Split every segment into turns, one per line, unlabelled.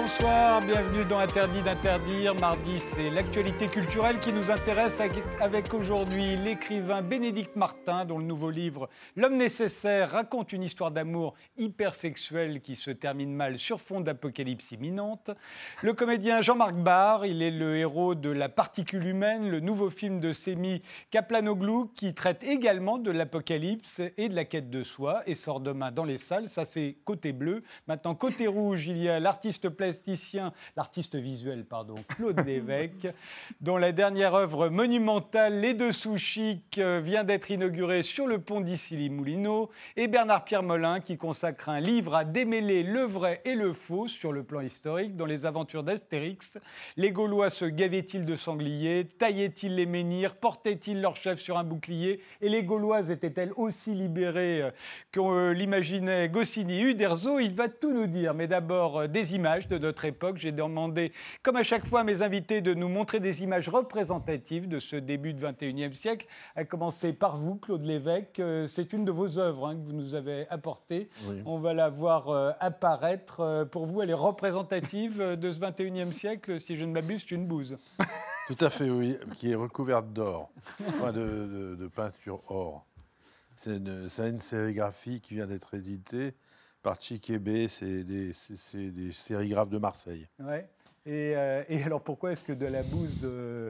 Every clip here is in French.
Bonsoir, bienvenue dans Interdit d'interdire. Mardi, c'est l'actualité culturelle qui nous intéresse avec aujourd'hui l'écrivain Bénédicte Martin, dont le nouveau livre L'homme nécessaire raconte une histoire d'amour hypersexuelle qui se termine mal sur fond d'apocalypse imminente. Le comédien Jean-Marc Barr, il est le héros de La particule humaine, le nouveau film de Semi Kaplanoglu qui traite également de l'apocalypse et de la quête de soi et sort demain dans les salles. Ça, c'est côté bleu. Maintenant, côté rouge, il y a l'artiste visuel, Claude Lévesque, dont la dernière œuvre monumentale, Les Dessous Chics, vient d'être inaugurée sur le pont d'Issy-les-Moulineaux, et Bernard-Pierre Molin, qui consacre un livre à démêler le vrai et le faux sur le plan historique dans les aventures d'Astérix. Les Gaulois se gavaient-ils de sangliers, taillaient-ils les menhirs, portaient-ils leur chef sur un bouclier, et les Gauloises étaient-elles aussi libérées qu'on l'imaginait Goscinny, Uderzo? Il va tout nous dire, mais d'abord des images de notre époque. J'ai demandé, comme à chaque fois, à mes invités de nous montrer des images représentatives de ce début du XXIe siècle, à commencer par vous, Claude Lévesque. C'est une de vos œuvres que vous nous avez apportée. Oui. On va la voir apparaître. Pour vous, elle est représentative de ce XXIe siècle. Si je ne m'abuse, c'est une bouse.
Tout à fait, oui, qui est recouverte d'or, enfin de peinture or. C'est une sérigraphie qui vient d'être éditée par Chikebe, c'est des sérigraphes de Marseille.
Ouais. Et alors pourquoi est-ce que de la bouse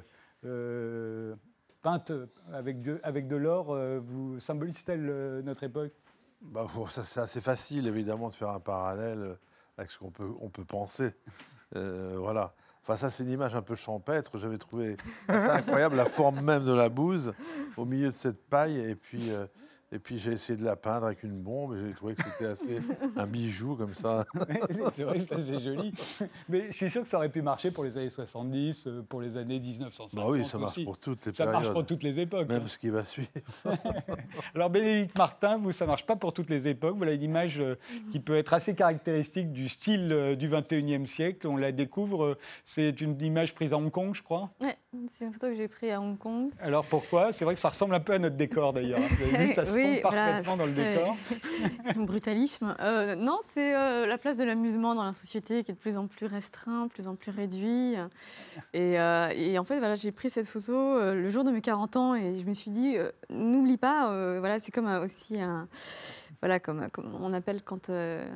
peinte avec de l'or vous symbolise-t-elle notre époque?
C'est assez facile, évidemment, de faire un parallèle avec ce qu'on peut penser. Voilà. Enfin, ça, c'est une image un peu champêtre. J'avais trouvé assez incroyable la forme même de la bouse au milieu de cette paille. Et puis j'ai essayé de la peindre avec une bombe et j'ai trouvé que c'était assez un bijou comme ça.
C'est vrai que c'est assez joli. Mais je suis sûr que ça aurait pu marcher pour les années 70, pour les années 1950.
Bah oui, ça marche aussi. Pour toutes les
périodes. Ça marche pour toutes les époques.
Même ce qui va suivre.
Alors Bénédicte Martin, vous, ça ne marche pas pour toutes les époques. Voilà une image qui peut être assez caractéristique du style du XXIe siècle. On la découvre. C'est une image prise à Hong Kong, je crois.
Oui, c'est une photo que j'ai prise à Hong Kong.
Alors pourquoi? C'est vrai que ça ressemble un peu à notre décor d'ailleurs. Vous avez vu, ça se fond parfaitement dans le décor.
Brutalisme. Non, c'est la place de l'amusement dans la société qui est de plus en plus restreint, de plus en plus réduit. Et en fait, voilà, j'ai pris cette photo le jour de mes 40 ans et je me suis dit, n'oublie pas, voilà, c'est comme aussi un... Voilà, comme on appelle quand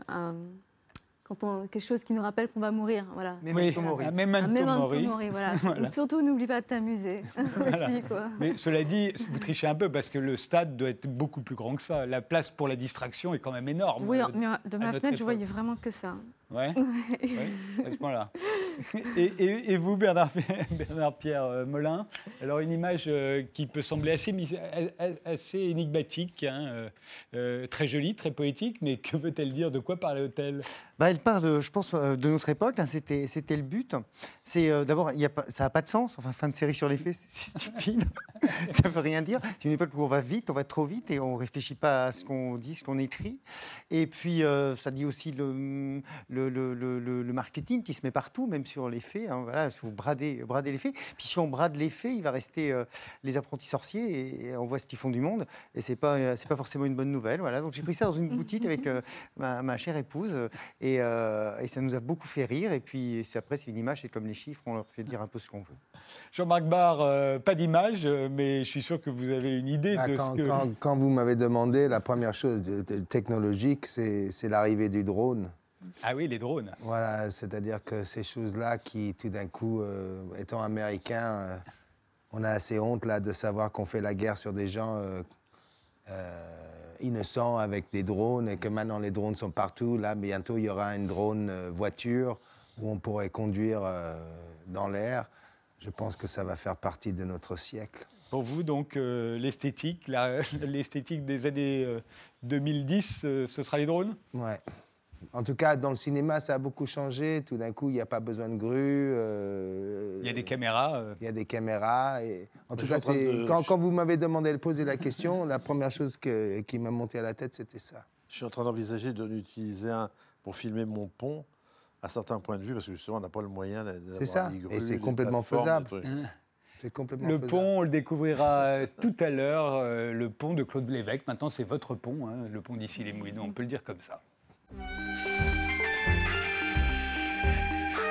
quelque chose qui nous rappelle qu'on va mourir, voilà.
Memento mori. Un memento
mori, voilà. Voilà. Surtout, n'oublie pas de t'amuser
voilà.
aussi, quoi.
Mais cela dit, vous trichez un peu parce que le stade doit être beaucoup plus grand que ça. La place pour la distraction est quand même énorme.
Oui, mais de ma fenêtre, je voyais vraiment que ça.
Ouais. À ce point-là. Et vous, Bernard-Pierre Molin, alors une image qui peut sembler assez énigmatique, très jolie, très poétique, mais que veut-elle dire? De quoi parle-t-elle?
Elle parle, je pense, de notre époque. Là, c'était le but. C'est d'abord, ça n'a pas de sens. Enfin, fin de série sur les faits, c'est stupide. Ça ne veut rien dire. C'est une époque où on va vite, on va trop vite et on ne réfléchit pas à ce qu'on dit, ce qu'on écrit. Et puis, ça dit aussi le marketing qui se met partout, même sur les faits. Voilà, il faut brader les faits. Puis si on brade les faits, il va rester les apprentis sorciers et on voit ce qu'ils font du monde. Et c'est pas forcément une bonne nouvelle. Voilà. Donc j'ai pris ça dans une boutique avec ma chère épouse et ça nous a beaucoup fait rire. Et puis après, c'est une image, c'est comme les chiffres, on leur fait dire un peu ce qu'on veut.
Jean-Marc Barr, pas d'image, mais je suis sûr que vous avez une idée de ce que...
Quand vous m'avez demandé, la première chose technologique, c'est l'arrivée du drone.
Ah oui, les drones.
Voilà, c'est-à-dire que ces choses-là qui, tout d'un coup, étant américains, on a assez honte là, de savoir qu'on fait la guerre sur des gens innocents avec des drones et que maintenant les drones sont partout. Là, bientôt, il y aura une drone voiture où on pourrait conduire dans l'air. Je pense que ça va faire partie de notre siècle.
Pour vous, donc, l'esthétique des années 2010, ce sera les drones?
Ouais. En tout cas, dans le cinéma, ça a beaucoup changé. Tout d'un coup, il n'y a pas besoin de grue.
Il y a des caméras.
Il y a des caméras. Et... En tout cas, quand vous m'avez demandé de poser la question, la première chose qui m'a monté à la tête, c'était ça.
Je suis en train d'envisager de l'utiliser pour filmer mon pont, à certains points de vue, parce que justement, on n'a pas le moyen d'avoir
c'est ça.
Les grues,
et c'est complètement faisable.
Le pont, on le découvrira tout à l'heure, le pont de Claude Lévesque. Maintenant, c'est votre pont, le pont d'Issy-les-Moulineaux, on peut le dire comme ça.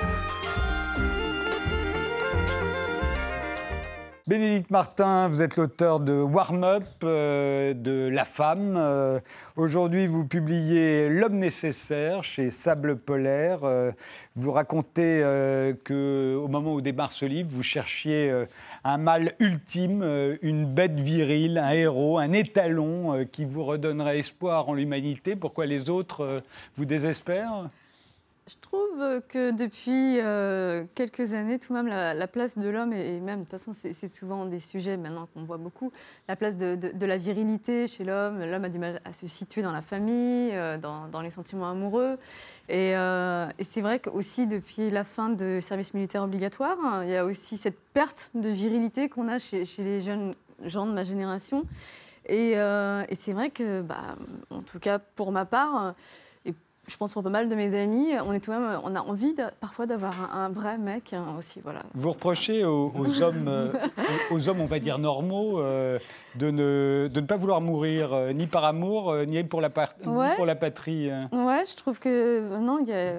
Bénédicte Martin, vous êtes l'auteur de Warm Up, de La Femme. Aujourd'hui, vous publiez L'homme nécessaire chez Sable Polaire. Vous racontez qu'au moment où démarre ce livre, vous cherchiez un mâle ultime, une bête virile, un héros, un étalon qui vous redonnerait espoir en l'humanité. Pourquoi les autres vous désespèrent ?
Je trouve que depuis quelques années, tout de même, la place de l'homme, et même, de toute façon, c'est souvent des sujets maintenant qu'on voit beaucoup, la place de la virilité chez l'homme. L'homme a du mal à se situer dans la famille, dans les sentiments amoureux. Et c'est vrai qu'aussi, depuis la fin du service militaire obligatoire, il y a aussi cette perte de virilité qu'on a chez les jeunes gens de ma génération. Et c'est vrai que, en tout cas, pour ma part, je pense pour pas mal de mes amis, on a envie parfois d'avoir un vrai mec aussi, voilà.
Vous reprochez aux hommes, on va dire normaux, de ne pas vouloir mourir ni par amour ni pour la patrie.
Ouais, je trouve que non,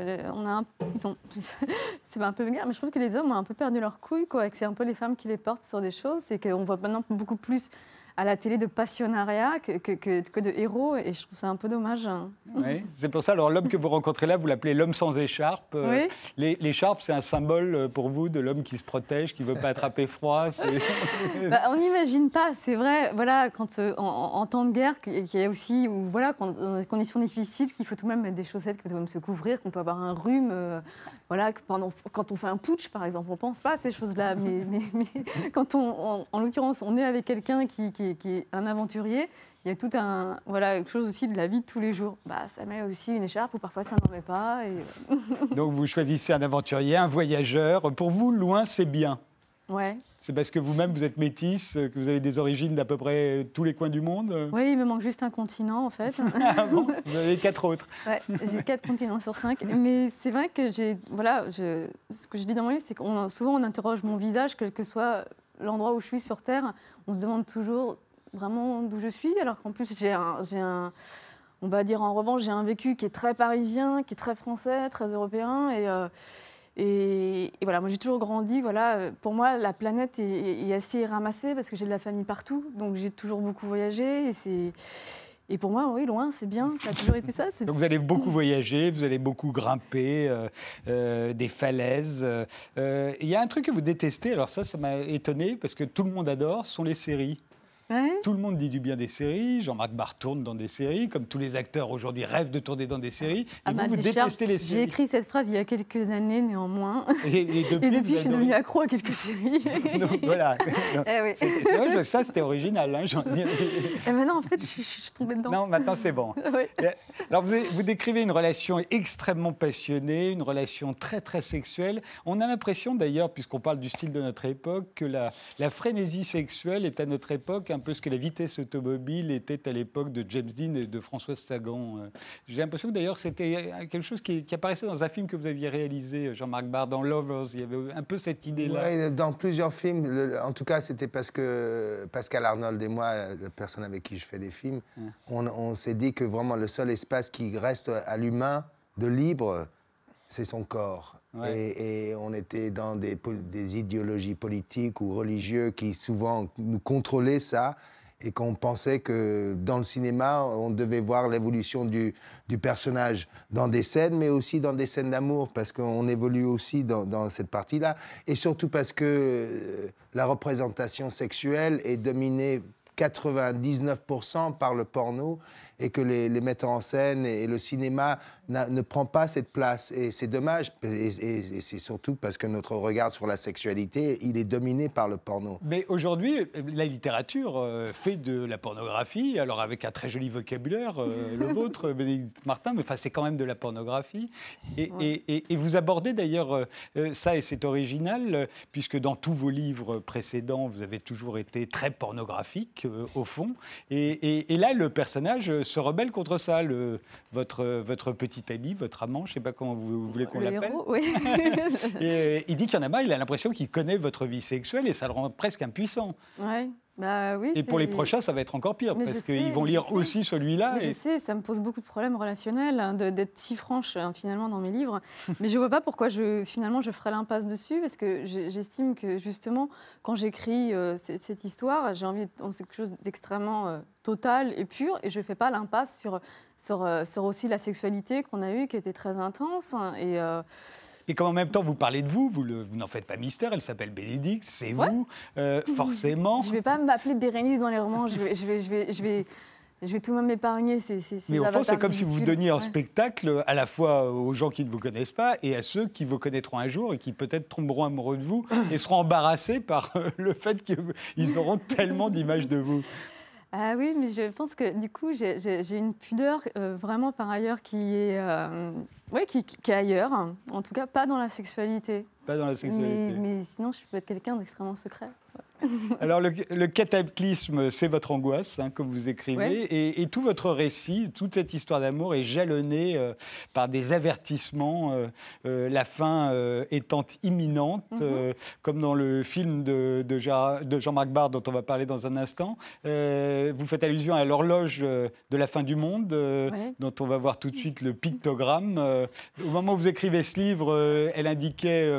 c'est un peu vulgaire, mais je trouve que les hommes ont un peu perdu leur couille, quoi, et que c'est un peu les femmes qui les portent sur des choses, c'est qu'on voit maintenant beaucoup plus à la télé de passionnariat que de héros, et je trouve ça un peu dommage.
Oui, c'est pour ça, alors l'homme que vous rencontrez là, vous l'appelez l'homme sans écharpe.
Oui.
L'écharpe, c'est un symbole pour vous de l'homme qui se protège, qui ne veut pas attraper froid.
On n'imagine pas, c'est vrai, voilà, quand en temps de guerre, qu'il y a aussi, ou voilà, dans des conditions difficiles, qu'il faut tout de même mettre des chaussettes, qu'il faut tout de même se couvrir, qu'on peut avoir un rhume, voilà, quand on fait un putsch, par exemple, on ne pense pas à ces choses-là, mais quand en l'occurrence, on est avec quelqu'un qui est un aventurier, il y a tout quelque chose aussi de la vie de tous les jours. Ça met aussi une écharpe, ou parfois ça n'en met pas.
Donc vous choisissez un aventurier, un voyageur. Pour vous, loin, c'est bien.
Ouais.
C'est parce que vous-même, vous êtes métisse, que vous avez des origines d'à peu près tous les coins du monde.
Oui, il me manque juste un continent, en fait.
Ah bon, vous avez 4 autres.
Ouais, j'ai 4 continents sur 5. Mais c'est vrai que ce que je dis dans mon livre, c'est qu'on souvent on interroge mon visage, quel que soit l'endroit où je suis sur Terre. On se demande toujours vraiment d'où je suis, alors qu'en plus on va dire en revanche, j'ai un vécu qui est très parisien, qui est très français, très européen, et voilà, moi j'ai toujours grandi, voilà, pour moi la planète est assez ramassée parce que j'ai de la famille partout, donc j'ai toujours beaucoup voyagé, et pour moi, oui, loin, c'est bien, ça a toujours été ça.
Donc vous allez beaucoup voyager, vous allez beaucoup grimper des falaises. Il y a un truc que vous détestez, alors ça m'a étonné, parce que tout le monde adore, sont les séries.
Ouais.
Tout le monde dit du bien des séries. Jean-Marc Barr tourne dans des séries, comme tous les acteurs aujourd'hui rêvent de tourner dans des séries. Et vous détestez les séries.
J'ai écrit cette phrase il y a quelques années, néanmoins.
Et depuis
je suis devenue accro à quelques séries.
Donc, voilà.
Oui.
C'est vrai, ça c'était original. Hein,
et maintenant, en fait, je suis tombée dedans.
Non, maintenant c'est bon.
Oui.
Alors vous décrivez une relation extrêmement passionnée, une relation très très sexuelle. On a l'impression d'ailleurs, puisqu'on parle du style de notre époque, que la frénésie sexuelle est à notre époque un peu ce que la vitesse automobile était à l'époque de James Dean et de Françoise Sagan. J'ai l'impression que d'ailleurs c'était quelque chose qui apparaissait dans un film que vous aviez réalisé, Jean-Marc Barr, dans Lovers. Il y avait un peu cette idée-là.
Oui, dans plusieurs films. En tout cas, c'était parce que Pascal Arnold et moi, la personne avec qui je fais des films, on s'est dit que vraiment le seul espace qui reste à l'humain de libre, c'est son corps. Ouais. Et on était dans des idéologies politiques ou religieuses qui souvent nous contrôlaient ça, et qu'on pensait que dans le cinéma, on devait voir l'évolution du personnage dans des scènes, mais aussi dans des scènes d'amour, parce qu'on évolue aussi dans cette partie-là. Et surtout parce que la représentation sexuelle est dominée 99% par le porno, et que les metteurs en scène et le cinéma ne prend pas cette place. Et c'est dommage, et c'est surtout parce que notre regard sur la sexualité, il est dominé par le porno.
Mais aujourd'hui, la littérature fait de la pornographie, alors avec un très joli vocabulaire, le vôtre, Bénédicte Martin, mais c'est quand même de la pornographie. Et vous abordez d'ailleurs ça, et c'est original, puisque dans tous vos livres précédents, vous avez toujours été très pornographique, au fond. Et là, le personnage se rebelle contre ça, votre petit ami, votre amant, je ne sais pas comment vous voulez qu'on l'appelle.
Héros, oui.
Et il dit qu'il y en a marre, il a l'impression qu'il connaît votre vie sexuelle et ça le rend presque impuissant.
Ouais. Bah oui.
Et pour les prochains, ça va être encore pire,
Mais
parce
je sais,
qu'ils vont
mais
lire
je sais.
aussi celui-là.
Mais je sais, ça me pose beaucoup de problèmes relationnels d'être si franche finalement dans mes livres. Mais je ne vois pas pourquoi finalement je ferais l'impasse dessus, parce que j'estime que justement, quand j'écris cette histoire, j'ai envie de quelque chose d'extrêmement total et pur, et je ne fais pas l'impasse sur aussi la sexualité qu'on a eue, qui était très intense.
Et comme en même temps, vous parlez de vous n'en faites pas mystère, elle s'appelle Bénédicte, c'est vous, forcément.
Je ne vais pas m'appeler Bérénice dans les romans, je vais tout de même m'épargner ces
Mais au fond, c'est comme si vous
ridicules.
donniez un
Ouais.
spectacle à la fois aux gens qui ne vous connaissent pas et à ceux qui vous connaîtront un jour et qui peut-être tomberont amoureux de vous et seront embarrassés par le fait qu'ils auront tellement d'images de vous.
Ah oui, mais je pense que du coup, j'ai une pudeur vraiment par ailleurs qui est ailleurs, hein. En tout cas pas dans la sexualité.
Pas dans la sexualité.
Mais sinon, je peux être quelqu'un d'extrêmement secret.
Alors, le cataclysme, c'est votre angoisse, hein, comme vous écrivez,
Ouais.
et tout votre récit, toute cette histoire d'amour est jalonnée par des avertissements, la fin étant imminente, comme dans le film de Jean-Marc Barr, dont on va parler dans un instant. Vous faites allusion à l'horloge de la fin du monde,
Ouais.
dont on va voir tout de suite le pictogramme. Au moment où vous écrivez ce livre, elle indiquait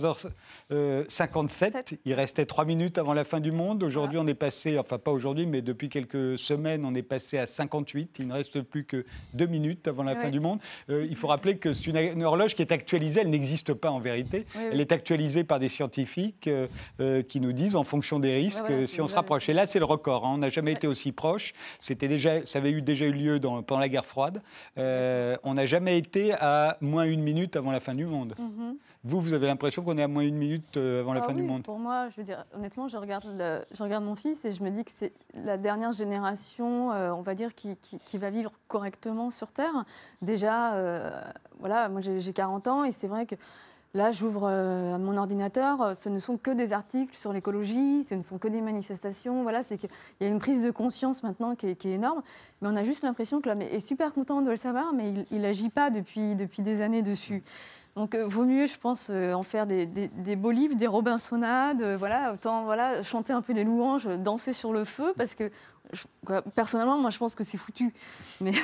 23h57. Il restait 3 minutes avant la fin du monde. Aujourd'hui, on est passé, enfin pas aujourd'hui, mais depuis quelques semaines, on est passé à 58. Il ne reste plus que 2 minutes avant la fin du monde. Il faut rappeler que c'est une horloge qui est actualisée. Elle n'existe pas en vérité.
Oui.
Elle est actualisée par des scientifiques qui nous disent, en fonction des risques,
voilà,
si on se
c'est-
rapproche. Et là, c'est le record. Hein. On n'a jamais été aussi proche. Ça avait déjà eu lieu pendant la guerre froide. On n'a jamais été à moins 1 minute avant la fin du monde. Vous avez l'impression qu'on est à moins 1 minute avant la fin du monde?
Pour moi, je veux dire, honnêtement, je regarde mon fils et je me dis que c'est la dernière génération, on va dire, qui va vivre correctement sur Terre. Déjà, voilà, moi j'ai 40 ans et c'est vrai que là, j'ouvre mon ordinateur, ce ne sont que des articles sur l'écologie, ce ne sont que des manifestations. Voilà, c'est qu'il y a une prise de conscience maintenant qui est énorme, mais on a juste l'impression que l'homme est super content de le savoir, mais il n'agit pas depuis des années dessus. Donc, vaut mieux, je pense, en faire des beaux livres, des Robinsonades, voilà, autant chanter un peu les louanges, danser sur le feu, parce que personnellement, moi, je pense que c'est foutu. Mais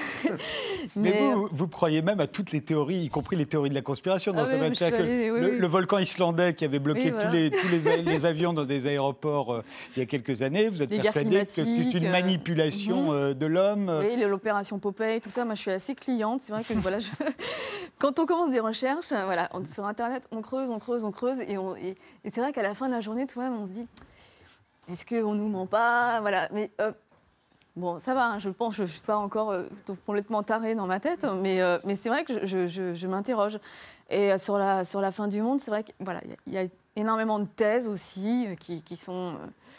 vous croyez même à toutes les théories, y compris les théories de la conspiration. Dans
Ah
ce
oui,
domaine.
je peux aller, oui, oui.
Le volcan islandais qui avait bloqué
Oui, voilà.
tous les avions dans des aéroports il y a quelques années, vous êtes
Les guerres
persuadé que c'est
climatiques,
une manipulation de l'homme.
Oui, l'opération Popeye, tout ça, moi je suis assez cliente. C'est vrai que voilà, quand on commence des recherches, voilà, sur Internet, on creuse, et c'est vrai qu'à la fin de la journée, tout de même, on se dit, est-ce qu'on nous ment pas, voilà. Mais bon, ça va, hein, je pense, je ne suis pas encore complètement tarée dans ma tête, mais c'est vrai que je m'interroge. Et sur la fin du monde, c'est vrai qu'il voilà, y a énormément de thèses aussi qui sont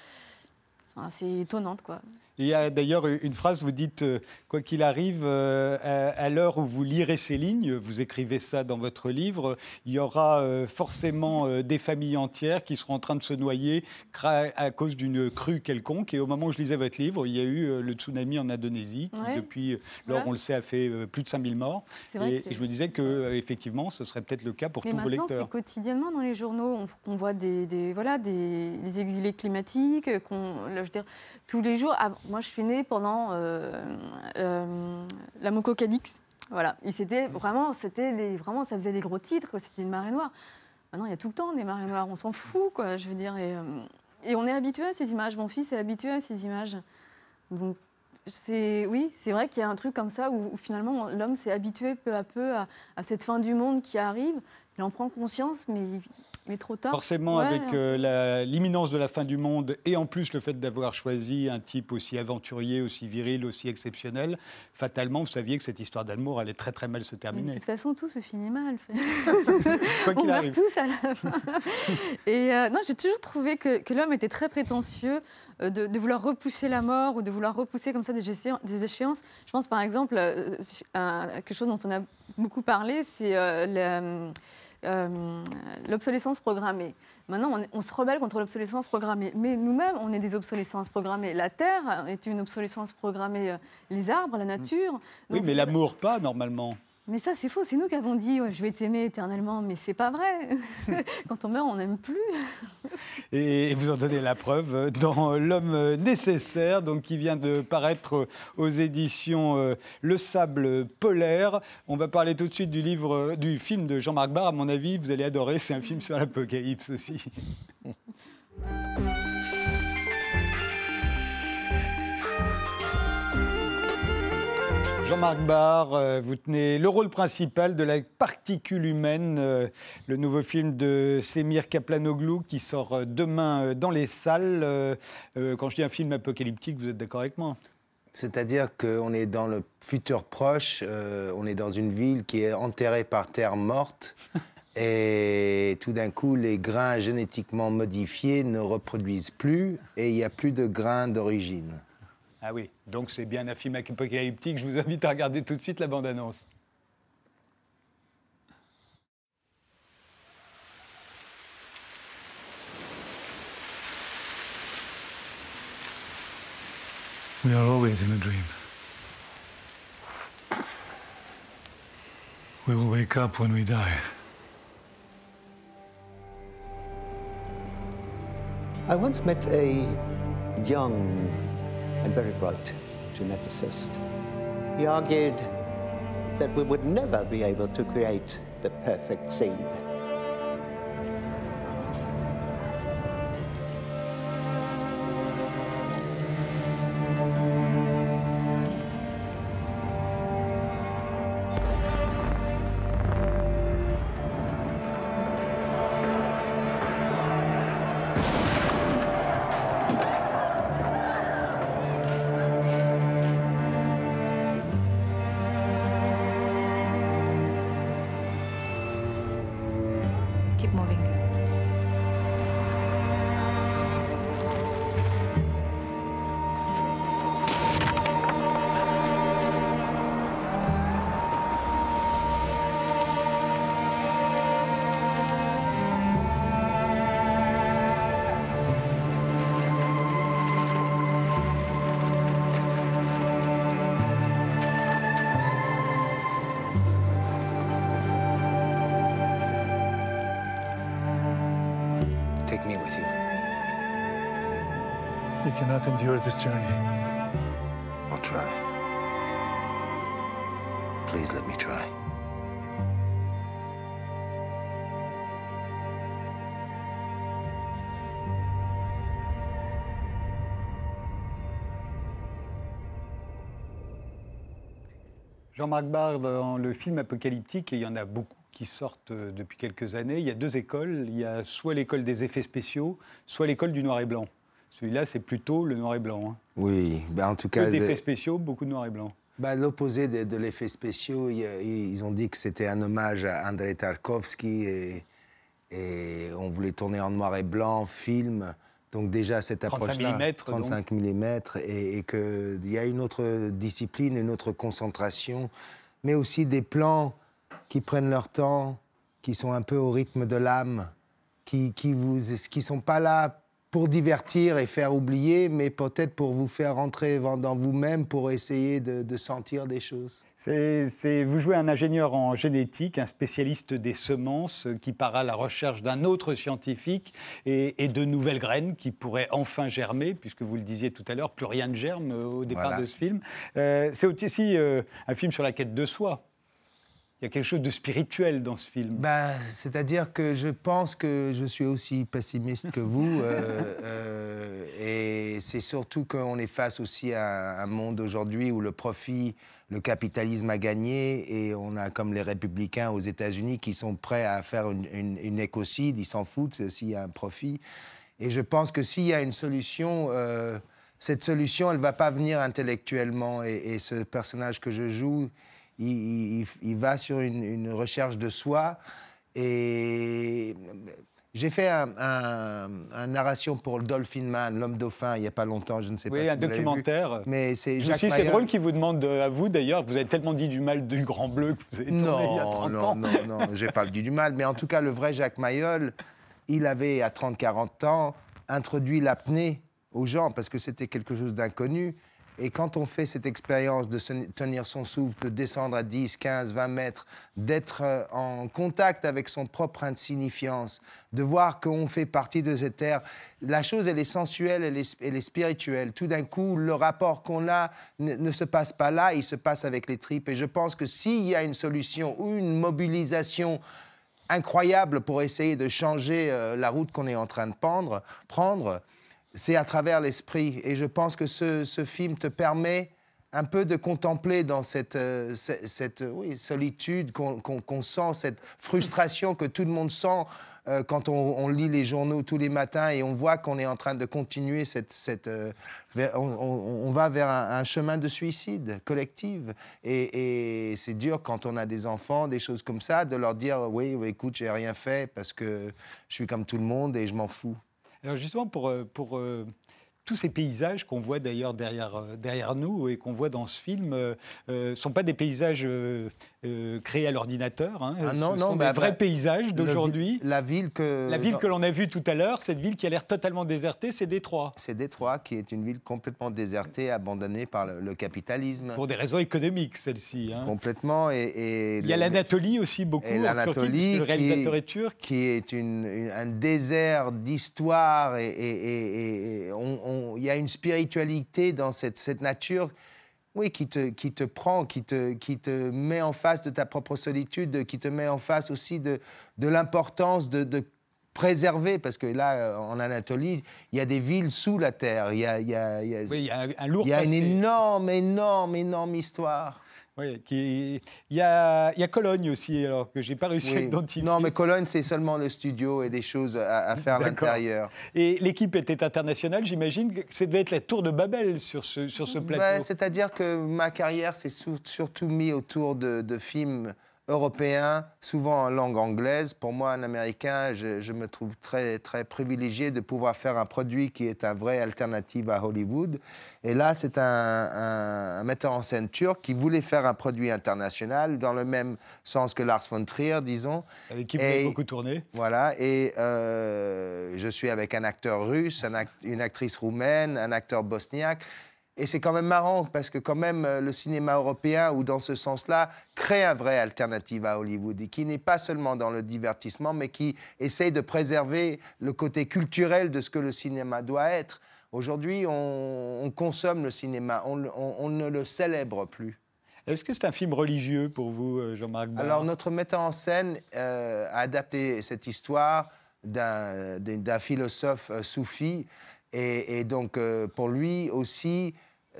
assez étonnantes, quoi.
Il y a d'ailleurs une phrase, vous dites, quoi qu'il arrive, à l'heure où vous lirez ces lignes, vous écrivez ça dans votre livre, il y aura forcément des familles entières qui seront en train de se noyer à cause d'une crue quelconque. Et au moment où je lisais votre livre, il y a eu le tsunami en Indonésie, qui depuis lors, on le sait, a fait plus de 5000 morts. Et je me disais qu'effectivement, ce serait peut-être le cas pour tous vos lecteurs.
Maintenant, c'est quotidiennement dans les journaux qu'on voit des exilés climatiques, je veux dire, tous les jours. Moi, je suis née pendant la Moko Cadix. Voilà. Et vraiment, ça faisait les gros titres, c'était une marée noire. Maintenant, il y a tout le temps des marées noires. On s'en fout, quoi, je veux dire. Et on est habitué à ces images. Mon fils est habitué à ces images. Donc, c'est vrai qu'il y a un truc comme ça où finalement, l'homme s'est habitué peu à peu à cette fin du monde qui arrive. Il en prend conscience, mais trop tard.
Forcément, avec l'imminence de la fin du monde et en plus le fait d'avoir choisi un type aussi aventurier, aussi viril, aussi exceptionnel, fatalement, vous saviez que cette histoire d'amour allait très très mal se terminer.
Mais de toute façon, tout se finit mal.
Quoi qu'il
On
arrive.
meurt tous à la fin. Et non, j'ai toujours trouvé que l'homme était très prétentieux de vouloir repousser la mort ou de vouloir repousser comme ça des échéances. Je pense par exemple à quelque chose dont on a beaucoup parlé, c'est l'obsolescence programmée. Maintenant, on se rebelle contre l'obsolescence programmée. Mais nous-mêmes, on est des obsolescences programmées. La Terre est une obsolescence programmée. Les arbres, la nature.
Oui,
Donc,
mais l'amour pas, normalement.
Mais ça, c'est faux. C'est nous qui avons dit je vais t'aimer éternellement. Mais c'est pas vrai. Quand on meurt, on n'aime plus.
Et vous en donnez la preuve dans L'homme nécessaire, donc, qui vient de paraître aux éditions Le Sable Polaire. On va parler tout de suite du film de Jean-Marc Barr. À mon avis, vous allez adorer. C'est un film sur l'apocalypse aussi. Jean-Marc Barr, vous tenez le rôle principal de la particule humaine, le nouveau film de Semir Kaplanoglu qui sort demain dans les salles. Quand je dis un film apocalyptique, vous êtes d'accord avec moi ?
C'est-à-dire qu'on est dans le futur proche, on est dans une ville qui est enterrée par terre morte et tout d'un coup, les grains génétiquement modifiés ne reproduisent plus et il n'y a plus de grains d'origine.
Ah oui, donc c'est bien un film apocalyptique. Je vous invite à regarder tout de suite la bande-annonce.
We are always in a dream. We will wake up when we die.
I once met a young and very bright geneticist. He argued that we would never be able to create the perfect seed.
Keep moving.
Take me with you.
You cannot endure this journey.
I'll try. Please let me try.
Jean-Marc Barr, dans le film apocalyptique, et il y en a beaucoup qui sortent depuis quelques années, il y a deux écoles. Il y a soit l'école des effets spéciaux, soit l'école du noir et blanc. Celui-là, c'est plutôt le noir et blanc. Hein.
Oui, en tout cas...
Peu d'effets spéciaux, beaucoup de noir et blanc.
L'opposé de l'effet spéciaux, ils ont dit que c'était un hommage à Andrei Tarkovsky et on voulait tourner en noir et blanc, film. Donc déjà, cette
35
approche-là,
mm,
35 mm, et qu'il y a une autre discipline, une autre concentration, mais aussi des plans qui prennent leur temps, qui sont un peu au rythme de l'âme, qui sont pas là pour divertir et faire oublier, mais peut-être pour vous faire rentrer dans vous-même, pour essayer de sentir des choses.
Vous jouez un ingénieur en génétique, un spécialiste des semences qui part à la recherche d'un autre scientifique et de nouvelles graines qui pourraient enfin germer, puisque vous le disiez tout à l'heure, plus rien ne germe au départ de ce film. C'est aussi un film sur la quête de soi. Il y a quelque chose de spirituel dans ce film.
C'est-à-dire que je pense que je suis aussi pessimiste que vous. Et c'est surtout qu'on est face aussi à un monde aujourd'hui où le profit, le capitalisme a gagné. Et on a comme les républicains aux États-Unis qui sont prêts à faire une écocide. Ils s'en foutent s'il y a un profit. Et je pense que s'il y a une solution, cette solution, elle ne va pas venir intellectuellement. Et ce personnage que je joue... Il va sur une recherche de soi. Et j'ai fait un narration pour le Dolphin Man, l'homme dauphin, il n'y a pas longtemps, je ne sais pas si vous l'avez vu.
Oui, un documentaire.
Mais c'est Jacques Mayol.
C'est drôle qu'il vous demande à vous, d'ailleurs, vous avez tellement dit du mal du Grand Bleu que vous avez tourné il y a 30 ans.
Non, j'ai pas dit du mal. Mais en tout cas, le vrai Jacques Mayol, il avait, à 30-40 ans, introduit l'apnée aux gens, parce que c'était quelque chose d'inconnu. Et quand on fait cette expérience de tenir son souffle, de descendre à 10, 15, 20 mètres, d'être en contact avec son propre insignifiance, de voir qu'on fait partie de cette terre, la chose, elle est sensuelle, elle est spirituelle. Tout d'un coup, le rapport qu'on a ne se passe pas là, il se passe avec les tripes. Et je pense que s'il y a une solution ou une mobilisation incroyable pour essayer de changer la route qu'on est en train de prendre, c'est à travers l'esprit. Et je pense que ce film te permet un peu de contempler dans cette solitude qu'on sent, cette frustration que tout le monde sent quand on lit les journaux tous les matins et on voit qu'on est en train de continuer on va vers un chemin de suicide collectif. Et c'est dur quand on a des enfants, des choses comme ça, de leur dire « Oui, écoute, j'ai rien fait parce que je suis comme tout le monde et je m'en fous ».
Alors justement, pour tous ces paysages qu'on voit d'ailleurs derrière nous et qu'on voit dans ce film ne sont pas des paysages créés à l'ordinateur. Hein.
Non,
ce sont des vrais paysages d'aujourd'hui.
La ville
que l'on a vue tout à l'heure, cette ville qui a l'air totalement désertée, c'est Détroit.
C'est Détroit qui est une ville complètement désertée, abandonnée par le capitalisme.
Pour des raisons économiques, celle-ci. Hein.
Complètement. Il
y a l'Anatolie aussi, beaucoup.
Et l'Anatolie,
le réalisateur est turc.
Qui est un désert d'histoire. Et il y a une spiritualité dans cette nature. Oui, qui te prend, qui te met en face de ta propre solitude, qui te met en face aussi de l'importance de préserver, parce que là, en Anatolie, il y a des villes sous la terre. Il y a
un lourd passé.
Une énorme histoire.
Oui, il y a Cologne aussi, alors que je n'ai pas réussi à identifier.
Non, mais Cologne, c'est seulement le studio et des choses à faire à l'intérieur.
Et l'équipe était internationale, j'imagine que ça devait être la tour de Babel sur ce plateau.
C'est-à-dire que ma carrière s'est surtout mise autour de films européens, souvent en langue anglaise. Pour moi, un Américain, je me trouve très, très privilégié de pouvoir faire un produit qui est un vrai alternative à Hollywood. Et là, c'est un metteur en scène turc qui voulait faire un produit international dans le même sens que Lars von Trier, disons.
Avec qui vous avez beaucoup tourné.
Voilà, et je suis avec un acteur russe, une actrice roumaine, un acteur bosniaque. Et c'est quand même marrant parce que quand même le cinéma européen, ou dans ce sens-là, crée un vrai alternative à Hollywood et qui n'est pas seulement dans le divertissement, mais qui essaye de préserver le côté culturel de ce que le cinéma doit être. Aujourd'hui, on consomme le cinéma, on ne le célèbre plus.
Est-ce que c'est un film religieux pour vous, Jean-Marc Barr ?
Alors, notre metteur en scène a adapté cette histoire d'un philosophe soufi. Et donc, pour lui aussi,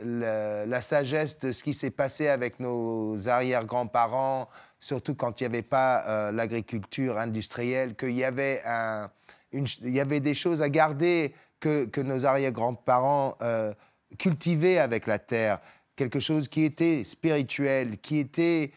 la sagesse de ce qui s'est passé avec nos arrière-grands-parents, surtout quand il n'y avait pas l'agriculture industrielle, qu'il y avait, il y avait des choses à garder que nos arrière-grands-parents cultivaient avec la terre. Quelque chose qui était spirituel, qui était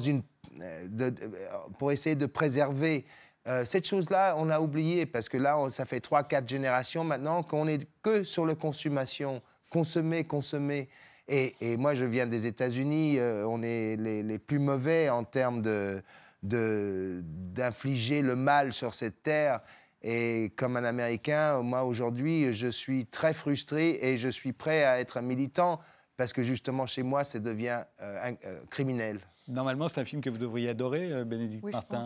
pour essayer de préserver. Cette chose-là, on a oublié parce que là, ça fait 3-4 générations maintenant qu'on n'est que sur la consommation. Consommer. Et moi, je viens des États-Unis. On est les plus mauvais en termes d'infliger le mal sur cette terre. Et comme un Américain, moi, aujourd'hui, je suis très frustré et je suis prêt à être un militant parce que justement, chez moi, ça devient criminel.
Normalement, c'est un film que vous devriez adorer, Bénédicte Martin.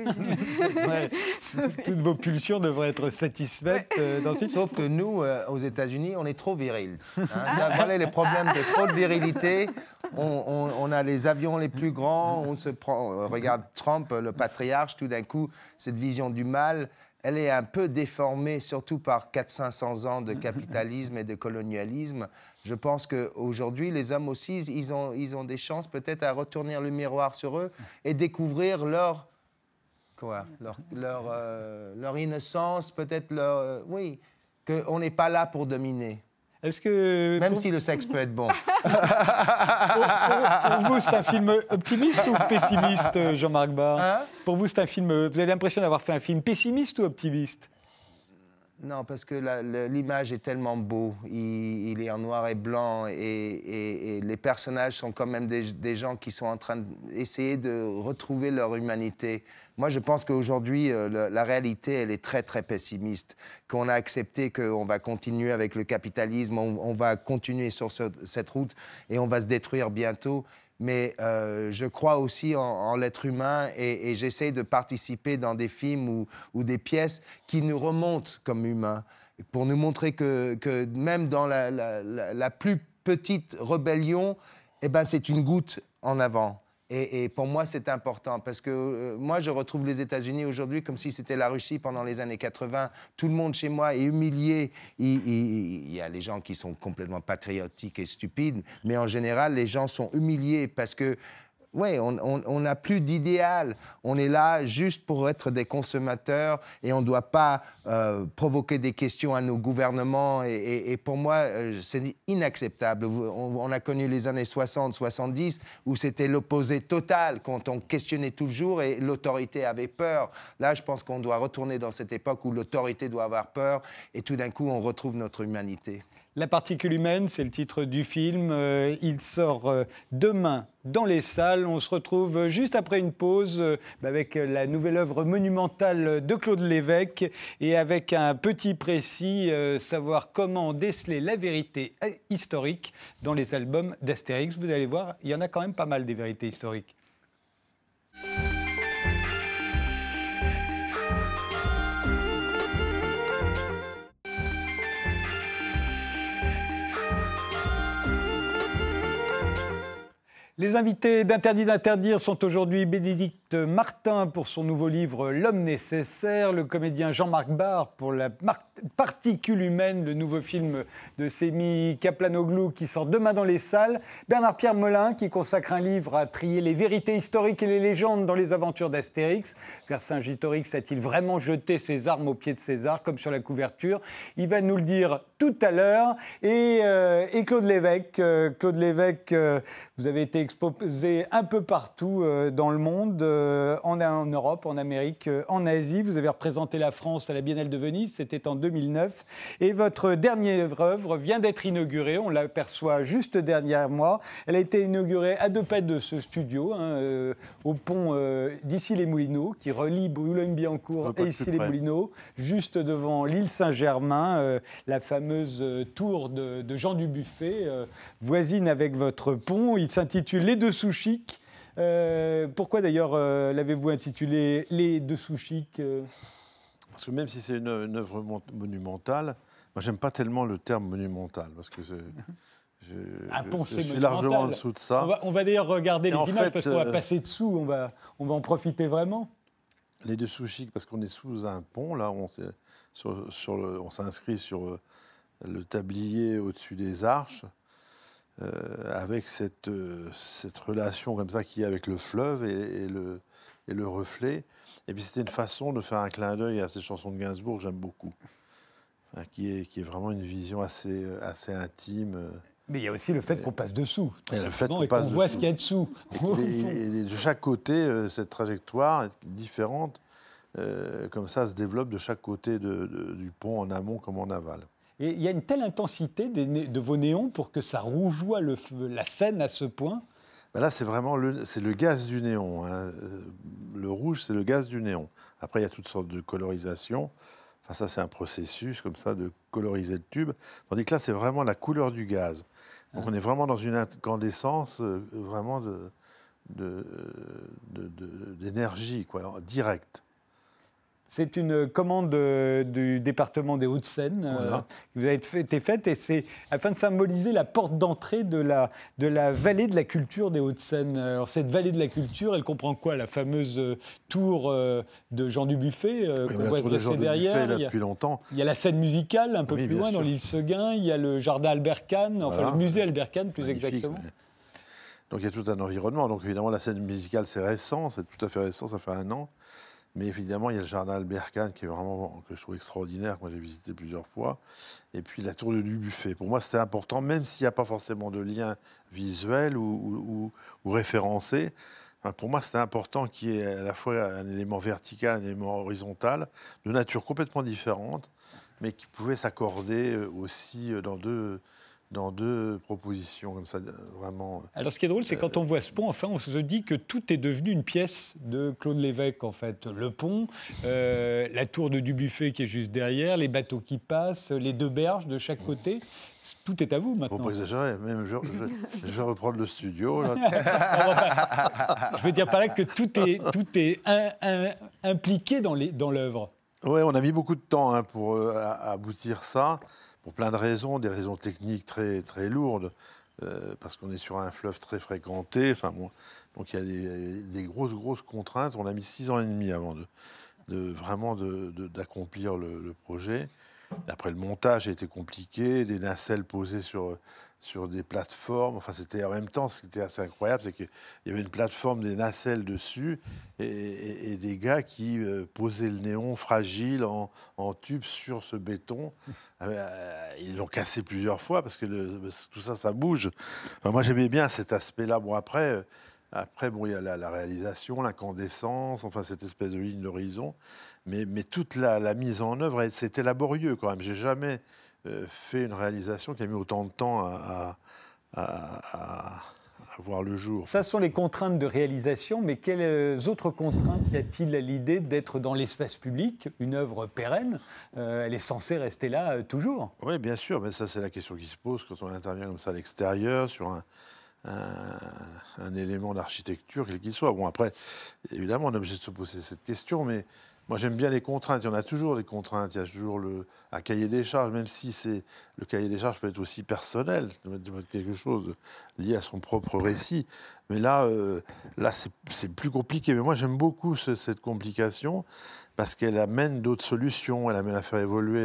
Je pense,
Toutes vos pulsions devraient être satisfaites dans ce film.
Sauf que nous, aux États-Unis, on est trop viril. Voilà les problèmes de trop de virilité. On a les avions les plus grands. On se prend. Regarde Trump, le patriarche. Tout d'un coup, cette vision du mal, elle est un peu déformée, surtout par 400-500 ans de capitalisme et de colonialisme. Je pense qu'aujourd'hui, les hommes aussi, ils ont des chances peut-être à retourner le miroir sur eux et découvrir leur innocence, peut-être oui, qu'on n'est pas là pour dominer.
Est-ce que
même si le sexe peut être bon.
pour vous, c'est un film optimiste ou pessimiste, Jean-Marc Barr ? Pour vous, c'est un film. Vous avez l'impression d'avoir fait un film pessimiste ou optimiste ?
Non, parce que l'image est tellement beau. Il est en noir et blanc et les personnages sont quand même des gens qui sont en train d'essayer de retrouver leur humanité. Moi, je pense qu'aujourd'hui, la réalité, elle est très, très pessimiste. Qu'on a accepté qu'on va continuer avec le capitalisme, on va continuer sur cette route et on va se détruire bientôt. Mais je crois aussi en l'être humain et j'essaie de participer dans des films ou des pièces qui nous remontent comme humains, pour nous montrer que même dans la plus petite rébellion, eh ben, c'est une goutte en avant. Et pour moi, c'est important parce que moi, je retrouve les États-Unis aujourd'hui comme si c'était la Russie pendant les années 80. Tout le monde chez moi est humilié. Il y a les gens qui sont complètement patriotiques et stupides, mais en général, les gens sont humiliés parce que ouais, on n'a plus d'idéal. On est là juste pour être des consommateurs et on ne doit pas provoquer des questions à nos gouvernements. Et pour moi, c'est inacceptable. On a connu les années 60, 70 où c'était l'opposé total, quand on questionnait toujours et l'autorité avait peur. Là, je pense qu'on doit retourner dans cette époque où l'autorité doit avoir peur et tout d'un coup, on retrouve notre humanité.
La particule humaine, c'est le titre du film. Il sort demain dans les salles. On se retrouve juste après une pause avec la nouvelle œuvre monumentale de Claude Lévesque et avec un petit précis, savoir comment déceler la vérité historique dans les albums d'Astérix. Vous allez voir, il y en a quand même pas mal des vérités historiques. Les invités d'Interdit d'interdire sont aujourd'hui Bénédicte Martin pour son nouveau livre L'homme nécessaire, le comédien Jean-Marc Barr pour La particule humaine, le nouveau film de Semi Kaplanoglou qui sort demain dans les salles, Bernard-Pierre Molin qui consacre un livre à trier les vérités historiques et les légendes dans les aventures d'Astérix. Vercingétorix a-t-il vraiment jeté ses armes aux pieds de César, comme sur la couverture? Il va nous le dire tout à l'heure. Et Claude Lévesque, vous avez été exposé un peu partout dans le monde, en Europe, en Amérique, en Asie. Vous avez représenté la France à la Biennale de Venise, c'était en 2009. Et votre dernière œuvre vient d'être inaugurée, on l'aperçoit juste derrière moi. Elle a été inaugurée à 2 pas de ce studio, au pont d'Issy-les-Moulineaux, qui relie Boulogne-Billancourt et Issy-les-Moulineaux, juste devant l'île Saint-Germain, la fameuse tour de Jean Dubuffet, voisine avec votre pont. Il s'intitule Les Dessous Chics. Pourquoi d'ailleurs l'avez-vous intitulé Les Dessous Chics
Parce que même si c'est une œuvre monumentale, moi j'aime pas tellement le terme monumental, parce que je suis largement en dessous de ça.
On va d'ailleurs regarder les images, parce qu'on va
passer
passer dessous, on va en profiter vraiment.
Les Dessous Chics, parce qu'on est sous un pont, là, on s'inscrit sur le tablier au-dessus des arches, avec cette relation comme ça qu'il y a avec le fleuve et le reflet. Et puis c'était une façon de faire un clin d'œil à cette chanson de Gainsbourg que j'aime beaucoup, qui est vraiment une vision assez intime.
Mais il y a aussi le fait qu'on passe dessous.
Et le fait qu'on
voit ce qu'il y a dessous.
Et de chaque côté, cette trajectoire est différente, comme ça se développe de chaque côté du pont, en amont comme en aval.
Et il y a une telle intensité de vos néons pour que ça rougeoie la scène à ce point.
Ben là, c'est vraiment le gaz du néon. Hein. Le rouge, c'est le gaz du néon. Après, il y a toutes sortes de colorisations. Enfin, ça, c'est un processus comme ça de coloriser le tube. Tandis que là, c'est vraiment la couleur du gaz. Donc, on est vraiment dans une incandescence vraiment d'énergie, quoi, directe.
C'est une commande du département des Hauts-de-Seine qui vous a été faite, et c'est afin de symboliser la porte d'entrée de la vallée de la culture des Hauts-de-Seine. Alors cette vallée de la culture, elle comprend quoi? La fameuse tour de Jean Dubuffet qu'on voit se dresser derrière.
Dubuffet, là, depuis longtemps.
Il y a la scène musicale un peu plus loin, dans l'île Seguin. Il y a le jardin Albert Kahn, le musée Albert Kahn plus exactement. Ouais.
Donc il y a tout un environnement. Donc évidemment, la scène musicale, c'est récent, c'est tout à fait récent, ça fait 1 an. Mais évidemment, il y a le jardin Albert Kahn que je trouve extraordinaire, que moi j'ai visité plusieurs fois. Et puis la tour de Dubuffet. Pour moi, c'était important, même s'il n'y a pas forcément de lien visuel ou référencé. Enfin, pour moi, c'était important qu'il y ait à la fois un élément vertical, un élément horizontal, de nature complètement différente, mais qui pouvaient s'accorder aussi dans deux propositions, comme ça, vraiment.
Alors, ce qui est drôle, c'est quand on voit ce pont, enfin, on se dit que tout est devenu une pièce de Claude Lévesque, en fait. Le pont, la tour de Dubuffet qui est juste derrière, les bateaux qui passent, les 2 berges de chaque côté. Tout est à vous maintenant.
Faut pas exagérer, même je vais reprendre le studio. Là.
Je veux dire par là que tout est impliqué dans l'œuvre.
Oui, on a mis beaucoup de temps pour aboutir ça, pour plein de raisons, des raisons techniques très, très lourdes, parce qu'on est sur un fleuve très fréquenté. Enfin, bon, donc il y a des grosses contraintes. On a mis 6 ans et demi avant d'accomplir le projet. Après, le montage a été compliqué, des nacelles posées sur des plateformes. Enfin, c'était en même temps, ce qui était assez incroyable, c'est qu'il y avait une plateforme, des nacelles dessus, et des gars qui posaient le néon fragile en tube sur ce béton. Ils l'ont cassé plusieurs fois parce que tout ça, ça bouge. Enfin, moi, j'aimais bien cet aspect-là. Bon, après, il y a la réalisation, l'incandescence, enfin, cette espèce de ligne d'horizon. Mais toute la mise en œuvre, c'était laborieux quand même. J'ai jamais fait une réalisation qui a mis autant de temps à voir le jour.
Ça sont les contraintes de réalisation, mais quelles autres contraintes y a-t-il à l'idée d'être dans l'espace public, une œuvre pérenne? Elle est censée rester là toujours.
Oui, bien sûr, mais ça, c'est la question qui se pose quand on intervient comme ça à l'extérieur, sur un élément d'architecture, quel qu'il soit. Bon, après, évidemment, on est obligé de se poser cette question, mais moi, j'aime bien les contraintes. Il y en a toujours des contraintes. Il y a toujours un cahier des charges, même si le cahier des charges peut être aussi personnel, quelque chose lié à son propre récit. Mais là c'est plus compliqué. Mais moi, j'aime beaucoup cette complication parce qu'elle amène d'autres solutions. Elle amène à faire évoluer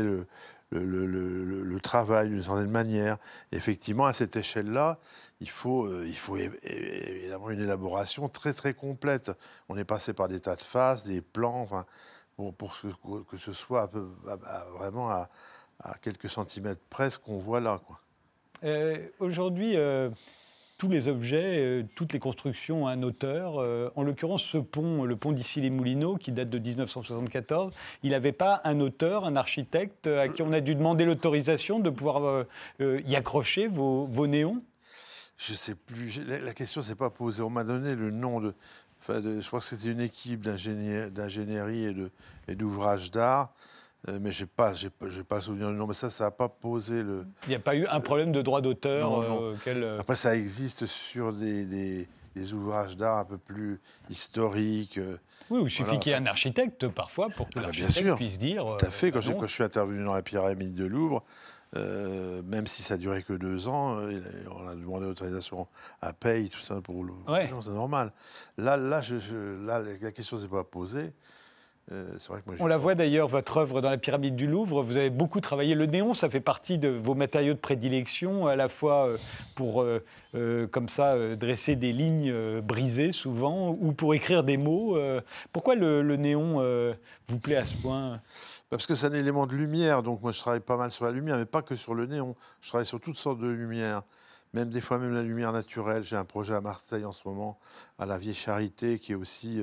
le travail d'une certaine manière. Et effectivement, à cette échelle-là, il faut évidemment une élaboration très, très complète. On est passé par des tas de phases, des plans, enfin, pour que ce soit vraiment à quelques centimètres près ce qu'on voit là, quoi.
Aujourd'hui, tous les objets, toutes les constructions ont un auteur. En l'occurrence, ce pont, le pont d'Issy-les-Moulineaux, qui date de 1974, il n'avait pas un auteur, un architecte, à qui on a dû demander l'autorisation de pouvoir y accrocher vos néons?
Je ne sais plus. La question ne s'est pas posée. On m'a donné le nom je crois que c'était une équipe d'ingénierie et d'ouvrages d'art. Mais je n'ai pas souvenir du nom. Mais ça n'a pas posé le...
Il n'y a pas eu un problème de droit d'auteur?
Non. Après, ça existe sur des ouvrages d'art un peu plus historiques.
Oui, il suffit qu'il y ait un architecte parfois pour que l'architecte puisse dire...
Tout à fait. Quand je suis intervenu dans la pyramide de Louvre, même si ça durait que 2 ans, on a demandé l'autorisation à paye, tout ça, pour le...
Ouais.
Non, c'est normal. Là, la question ne s'est pas posée. C'est vrai que moi,
on la voit d'ailleurs, votre œuvre dans la pyramide du Louvre, vous avez beaucoup travaillé le néon, ça fait partie de vos matériaux de prédilection, à la fois pour, comme ça, dresser des lignes brisées souvent, ou pour écrire des mots. Pourquoi le néon vous plaît à ce point?
Parce que c'est un élément de lumière, donc moi je travaille pas mal sur la lumière, mais pas que sur le néon. Je travaille sur toutes sortes de lumières, même des fois même la lumière naturelle. J'ai un projet à Marseille en ce moment, à la Vieille Charité, qui est aussi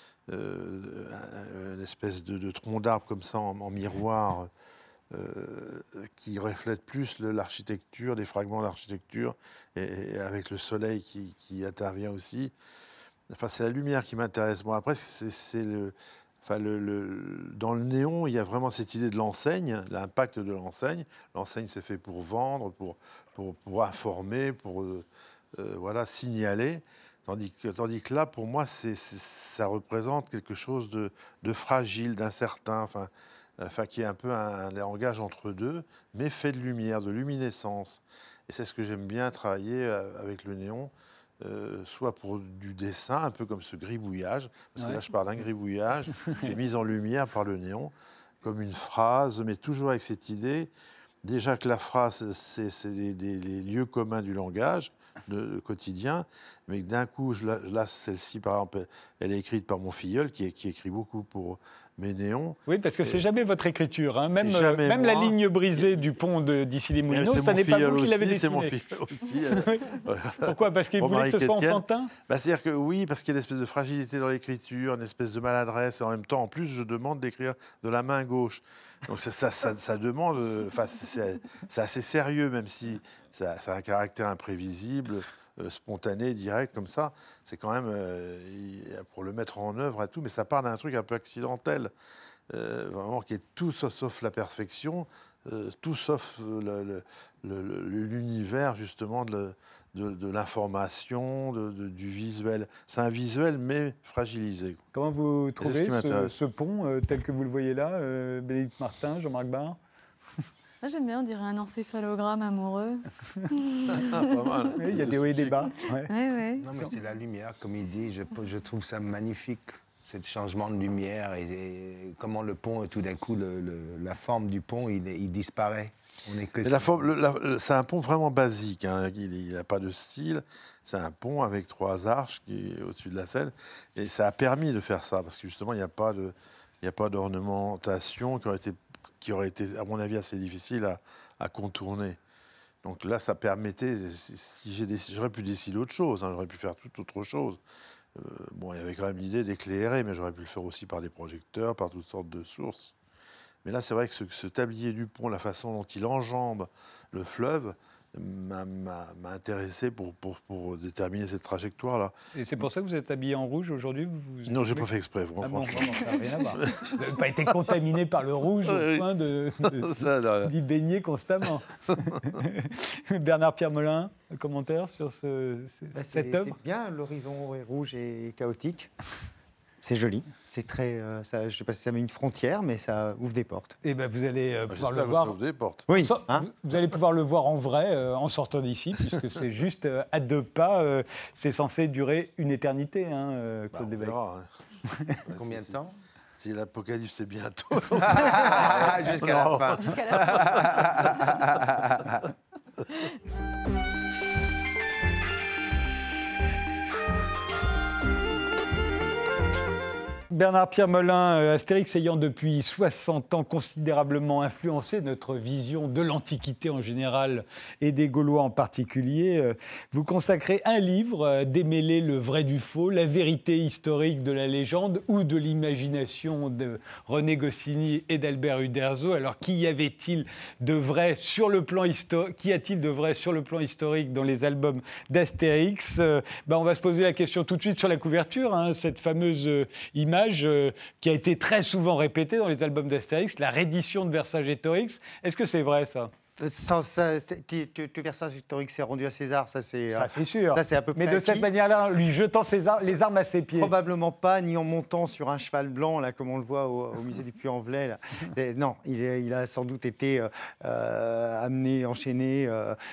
une espèce de tronc d'arbre comme ça en miroir, qui reflète plus l'architecture, des fragments d'architecture, et avec le soleil qui intervient aussi. Enfin, c'est la lumière qui m'intéresse. Bon, après, dans le néon, il y a vraiment cette idée de l'enseigne, l'impact de l'enseigne. L'enseigne, c'est fait pour vendre, pour informer, pour signaler. Tandis que là, pour moi, ça représente quelque chose de fragile, d'incertain, qui est un peu un langage entre deux, mais fait de lumière, de luminescence. Et c'est ce que j'aime bien travailler avec le néon. Soit pour du dessin, un peu comme ce gribouillage, parce que là je parle d'un gribouillage, qui est mis en lumière par le néon, comme une phrase, mais toujours avec cette idée, déjà que la phrase, c'est les lieux communs du langage quotidien, mais que d'un coup, là celle-ci, par exemple, elle est écrite par mon filleul, qui écrit beaucoup pour Ménéon.
Oui, parce que c'est jamais votre écriture. Hein. Même,
C'est jamais
même la
moi.
ligne brisée du pont d'Issy-les-Moulineaux,
C'est
ça
mon
n'est pas
filleul
vous qui l'avez
aussi, c'est
dessiné.
mon filleul aussi.
Pourquoi? Parce qu'il
Pour
voulait que ce soit
Marie-Chrétienne.
enfantin?
C'est-à-dire que oui, parce qu'il y a une espèce de fragilité dans l'écriture, une espèce de maladresse, et en même temps, en plus, je demande d'écrire de la main gauche. Donc ça demande, enfin, c'est assez sérieux, même si ça a un caractère imprévisible, spontané, direct, comme ça. C'est quand même, pour le mettre en œuvre et tout, mais ça part d'un truc un peu accidentel, vraiment, qui est tout sauf la perfection, tout sauf l'univers, justement, de l'information, du visuel. C'est un visuel, mais fragilisé.
Comment vous
c'est ce
trouvez
qui m'intéresse.
ce pont tel que vous le voyez là, Bénédicte Martin, Jean-Marc Barr?
Moi, j'aime bien, on dirait un encéphalogramme amoureux.
Pas mal.
Oui, il y a des hauts et des bas. Ouais.
Ouais.
Non, mais c'est la lumière, comme il dit. Je trouve ça magnifique, ce changement de lumière et comment le pont, tout d'un coup, la forme du pont, il disparaît. On est que
Mais c'est un pont vraiment basique. Hein. Il n'a pas de style. C'est un pont avec 3 arches qui est au-dessus de la Seine. Et ça a permis de faire ça, parce que justement, il n'y a pas d'ornementation qui aurait été, à mon avis, assez difficile à contourner. Donc là, ça permettait, j'aurais pu décider autre chose, hein, j'aurais pu faire toute autre chose. Bon, il y avait quand même l'idée d'éclairer, mais j'aurais pu le faire aussi par des projecteurs, par toutes sortes de sources. Mais là, c'est vrai que ce tablier du pont, la façon dont il enjambe le fleuve, m'a intéressé pour déterminer cette trajectoire-là.
Et c'est pour ça que vous êtes habillé en rouge aujourd'hui?
Non, j'ai pas fait exprès,
Ah bon,
franchement.
vraiment, ça n'a rien à voir. Vous n'avez pas été contaminé par le rouge au point
Ça, là,
d'y baigner constamment. Bernard Pierre-Molin, un commentaire sur cette œuvre?
C'est bien, l'horizon est rouge et chaotique. C'est joli. C'est très. Je ne sais pas si ça met une frontière, mais ça ouvre des portes.
Eh ben, vous allez pouvoir le
j'espère que ça
voir.
ouvre des portes.
Oui.
Vous allez pouvoir le voir en vrai en sortant d'ici, puisque c'est juste à 2 pas. C'est censé durer une éternité, hein,
Bah,
Claude
on
Lévesque.
verra, hein.
Combien de temps
Si l'apocalypse c'est bientôt.
Jusqu'à la fin.
Jusqu'à la fin.
Bernard Pierre-Molin, Astérix ayant depuis 60 ans considérablement influencé notre vision de l'Antiquité en général et des Gaulois en particulier, vous consacrez un livre, Démêler le vrai du faux, la vérité historique de la légende ou de l'imagination de René Goscinny et d'Albert Uderzo. Alors, qu'y avait-il de vrai sur le plan historique? Qu'y a-t-il de vrai sur le plan historique dans les albums d'Astérix? On va se poser la question tout de suite sur la couverture, hein, cette fameuse image qui a été très souvent répétée dans les albums d'Astérix, la reddition de Vercingétorix. Est-ce que c'est vrai, ça?
Que Vercingétorix s'est rendu à César, ça c'est.
Ça, c'est sûr.
Ça, c'est à peu près
Mais de cette
acquis.
manière-là, lui jetant les armes à ses pieds.
Probablement pas, ni en montant sur un cheval blanc, là, comme on le voit au musée du Puy-en-Velay. Là. Non, il a sans doute été amené, enchaîné,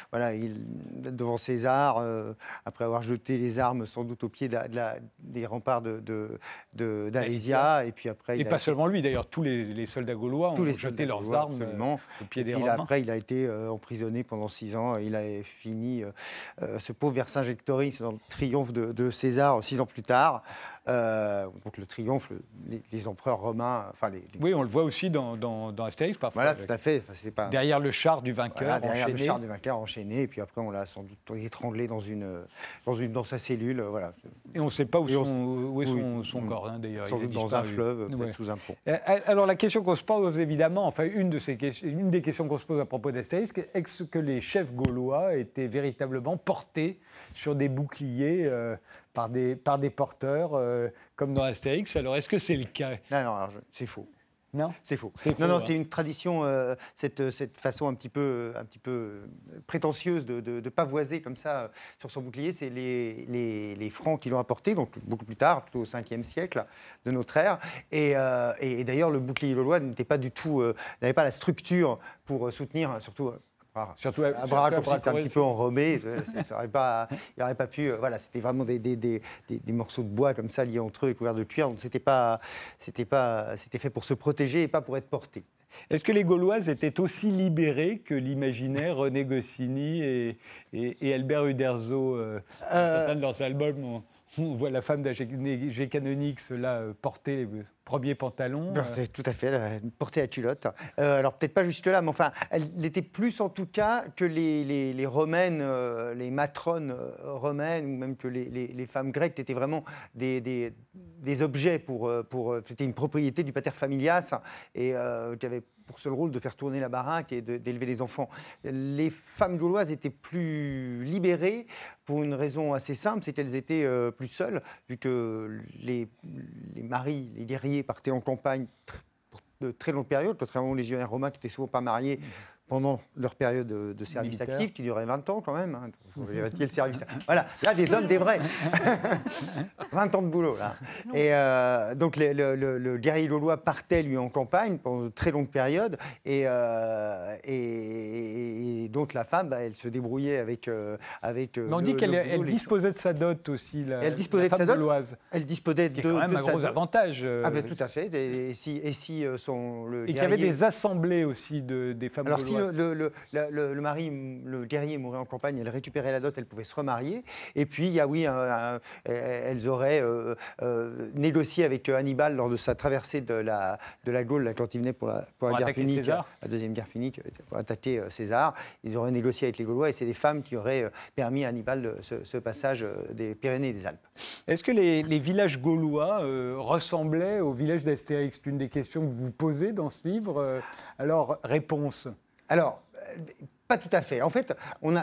devant César, après avoir jeté les armes sans doute au pied des remparts d'Alésia. Et puis après,
Et pas seulement lui, d'ailleurs, tous les soldats gaulois ont jeté leurs armes au pied des Romains.
Après, il a été emprisonné pendant 6 ans. Il a fini, ce pauvre Vercingétorix, dans le triomphe de César 6 ans plus tard. Donc le triomphe, les empereurs romains.
Oui, on le voit aussi dans Astérix parfois.
Voilà, tout à fait. Enfin, c'est pas...
Derrière le char du vainqueur,
derrière
enchaîné.
le char du vainqueur enchaîné. Et puis après, on l'a sans doute étranglé dans sa cellule. Voilà.
Et on ne sait pas où est son corps, hein, d'ailleurs.
Sans
Il a
doute dans
disparu.
un fleuve, peut-être
Ouais.
sous un pont.
Alors la question qu'on se pose évidemment, enfin une des questions qu'on se pose à propos d'Astérix, est-ce que les chefs gaulois étaient véritablement portés sur des boucliers par des porteurs comme dans Astérix? Alors est-ce que c'est le cas?
Non, c'est faux.
Non,
c'est faux.
C'est faux,
Non,
hein.
c'est une tradition, cette façon un petit peu prétentieuse de pavoiser comme ça sur son bouclier. C'est les Francs qui l'ont apporté, donc beaucoup plus tard, plutôt au 5e siècle de notre ère. Et d'ailleurs, le bouclier gaulois n'était pas du tout, n'avait pas la structure pour soutenir, surtout Abracocci était un petit peu enrobé, il n'aurait pas pu. Voilà, c'était vraiment des morceaux de bois comme ça liés entre eux et couverts de cuir. Donc c'était fait pour se protéger et pas pour être porté.
Est-ce que les Gauloises étaient aussi libérées que l'imaginaire René Goscinny et Albert Uderzo? Certains de leurs albums On voit la femme d'A.G. Canonix là porter les premiers pantalons.
C'est tout à fait, elle a porté la culotte. Alors peut-être pas juste là, mais enfin, elle était plus en tout cas que les romaines, les matrones romaines, ou même que les femmes grecques, étaient vraiment des objets c'était une propriété du pater familias, et qui avait pour seul rôle de faire tourner la baraque et d'élever les enfants. Les femmes gauloises étaient plus libérées pour une raison assez simple, c'est qu'elles étaient plus seules, vu que les maris, les guerriers partaient en campagne pour de très longues périodes, contrairement aux légionnaires romains qui n'étaient souvent pas mariés pendant leur période de service
Militaire.
actif, qui durait 20 ans quand même. Hein. Le service. Voilà, là, des hommes, des vrais. 20 ans de boulot, là. Et donc, le guerrier gaulois partait, lui, en campagne pendant de très longues périodes. Et donc, la femme, elle se débrouillait avec
Mais on dit qu'elle disposait de sa dot aussi,
elle disposait
la femme
de sa dot.
gauloise.
Elle disposait
qui est quand même un gros avantage.
Tout à fait. Et si
et qu'il y avait des assemblées aussi des femmes
alors,
gauloises.
le mari, le guerrier mourait en campagne, elle récupérait la dot, elle pouvait se remarier. Et puis, il y a, elles auraient négocié avec Hannibal lors de sa traversée de la Gaule, là, quand il venait pour la guerre punique, la deuxième guerre punique, pour attaquer César. Ils auraient négocié avec les Gaulois, et c'est des femmes qui auraient permis à Hannibal ce passage des Pyrénées et des Alpes.
Est-ce que les villages gaulois ressemblaient aux villages d'Astérix? C'est une des questions que vous posez dans ce livre. Alors, réponse.
Alors, pas tout à fait. En fait,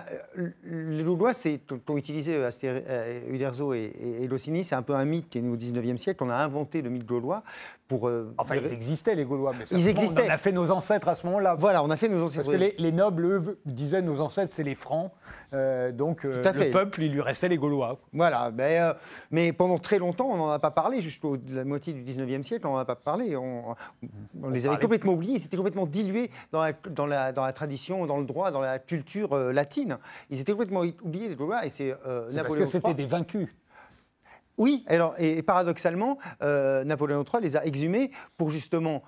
les Gaulois qu'ont utilisé Uderzo et Goscinny, c'est un peu un mythe qui est né au XIXe siècle. On a inventé le mythe gaulois pour...
Enfin, ils existaient, les Gaulois, mais
ils existaient.
On a fait nos ancêtres à ce moment-là.
Voilà, on a fait nos ancêtres.
Parce que les nobles, eux, disaient nos ancêtres, c'est les Francs. Donc, le peuple, il lui restait les Gaulois.
Voilà, mais pendant très longtemps, on n'en a pas parlé. Jusqu'à la moitié du XIXe siècle, on n'en a pas parlé. On les avait complètement oubliés. Ils étaient complètement dilués dans la tradition, dans le droit, dans la culture latine. Ils étaient complètement oubliés, les Gaulois. Et c'est
parce que c'était des vaincus.
Oui, alors, et paradoxalement, Napoléon III les a exhumés pour justement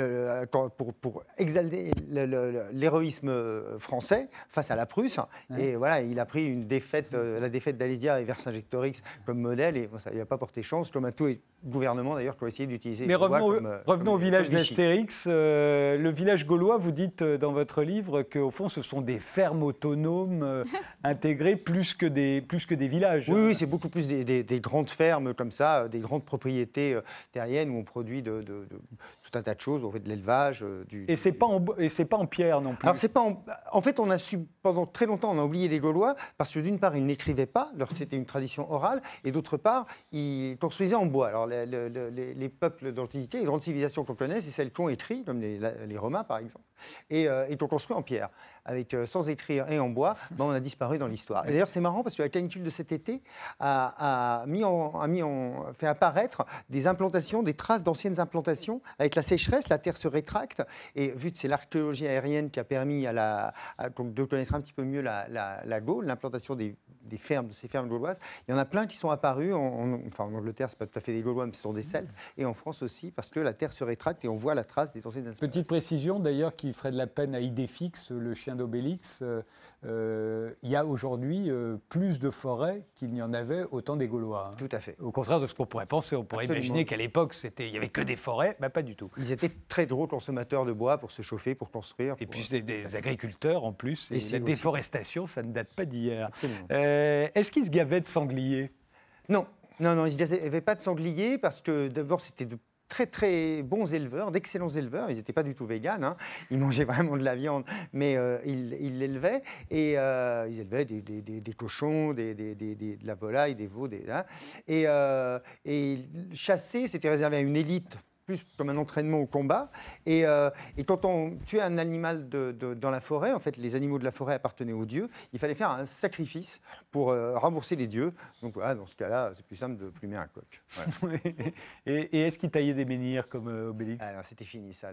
pour exalter l'héroïsme français face à la Prusse. Ouais. Et voilà, il a pris une défaite, la défaite d'Alésia et Vercingétorix comme modèle, et ça, il n'a pas porté chance, comme à tout gouvernement d'ailleurs qui a essayé d'utiliser.
Mais revenons au village d'Astérix. Le village gaulois, vous dites dans votre livre qu'au fond, ce sont des fermes autonomes intégrées plus que des villages.
Oui, c'est beaucoup plus des grandes fermes comme ça, des grandes propriétés terriennes où on produit tout un tas de choses, on fait de l'élevage.
Et c'est pas en pierre non plus.
Alors c'est pas en fait, on a pendant très longtemps, on a oublié les Gaulois parce que d'une part, ils n'écrivaient pas, c'était une tradition orale, et d'autre part, ils construisaient en bois. Alors les peuples d'Antiquité, les grandes civilisations qu'on connaît, c'est celles qui ont écrit, comme les Romains par exemple, et qui ont construit en pierre. Sans écrire et en bois, on a disparu dans l'histoire. Et d'ailleurs, c'est marrant parce que la canicule de cet été a fait apparaître des implantations, des traces d'anciennes implantations. Avec la sécheresse, la terre se rétracte. Et vu que c'est l'archéologie aérienne qui a permis de connaître un petit peu mieux la Gaule, l'implantation des fermes, de ces fermes gauloises, il y en a plein qui sont apparus. En Angleterre, ce n'est pas tout à fait des Gaulois, mais ce sont des Celtes. Et en France aussi, parce que la terre se rétracte et on voit la trace des anciennes implantations.
Petite précision d'ailleurs qui ferait de la peine à Idéfix, le chien d'Obélix. Il y a aujourd'hui plus de forêts qu'il n'y en avait au temps des Gaulois.
Tout à fait.
Au contraire de ce qu'on pourrait penser, on pourrait imaginer qu'à l'époque, il n'y avait que des forêts, mais pas du tout.
Ils étaient très gros consommateurs de bois pour se chauffer, pour construire.
Et puis c'est des agriculteurs en plus. Et la déforestation, ça ne date pas d'hier. Est-ce qu'ils se gavaient de sangliers ?
Non, ils ne gavaient pas de sangliers parce que d'abord c'était de très très bons éleveurs, d'excellents éleveurs. Ils n'étaient pas du tout véganes, hein. Ils mangeaient vraiment de la viande, mais ils l'élevaient. Et ils élevaient des cochons, de la volaille, des veaux. Et chasser, c'était réservé à une élite, plus comme un entraînement au combat. Et quand on tuait un animal dans la forêt, en fait, les animaux de la forêt appartenaient aux dieux, il fallait faire un sacrifice pour rembourser les dieux. Donc voilà, dans ce cas-là, c'est plus simple de plumer un coq. Voilà.
Et est-ce qu'ils taillaient des menhirs comme Obélix ?
Non, c'était fini, ça.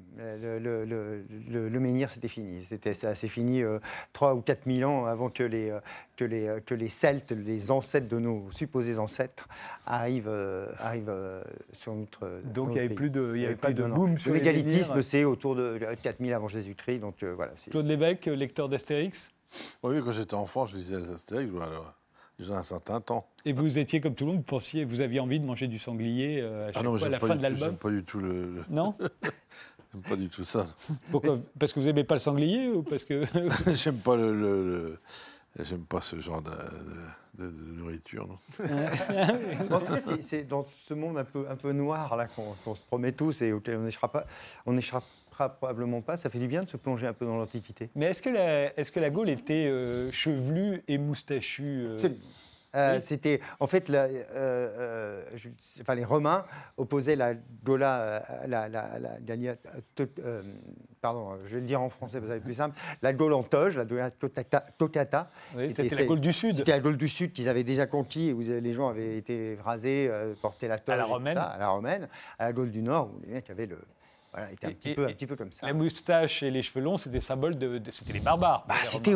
Le menhir, c'était fini. C'est fini 3 ou 4 000 ans avant que les Celtes, les ancêtres de nos supposés ancêtres, arrivent sur notre...
Donc il n'y avait pas de boom sur
le
les menhirs.
Le mégalithisme, c'est autour de 4000 avant Jésus-Christ. Donc voilà.
Claude Lévesque, lecteur d'Astérix ?
Oui, quand j'étais enfant, je lisais Astérix. déjà un certain temps.
Et vous étiez comme tout le monde, vous aviez envie de manger du sanglier à chaque fois à la fin de l'album?
J'aime pas du tout
Non?
J'aime pas du tout ça.
Pourquoi? Parce que vous n'aimez pas le sanglier ou parce que...
J'aime pas j'aime pas ce genre de nourriture, non.
En tout cas, c'est dans ce monde un peu noir là qu'on se promet tous et auquel on n'échappera probablement pas. Ça fait du bien de se plonger un peu dans l'Antiquité.
Mais est-ce que la Gaule était chevelue et moustachue Oui.
C'était en fait les Romains opposaient la Gaula, pardon, je vais le dire en français, ça va être plus simple. La Gaule en toge, la Gaula toccata.
Oui, c'était la Gaule du Sud.
C'était la Gaule du Sud qu'ils avaient déjà conquis et où les gens avaient été rasés, portaient la toge.
À la romaine.
À la romaine. À la Gaule du Nord, où les mecs avaient étaient un petit peu comme ça.
La moustache et les cheveux longs, c'était symbole c'était les barbares.
C'était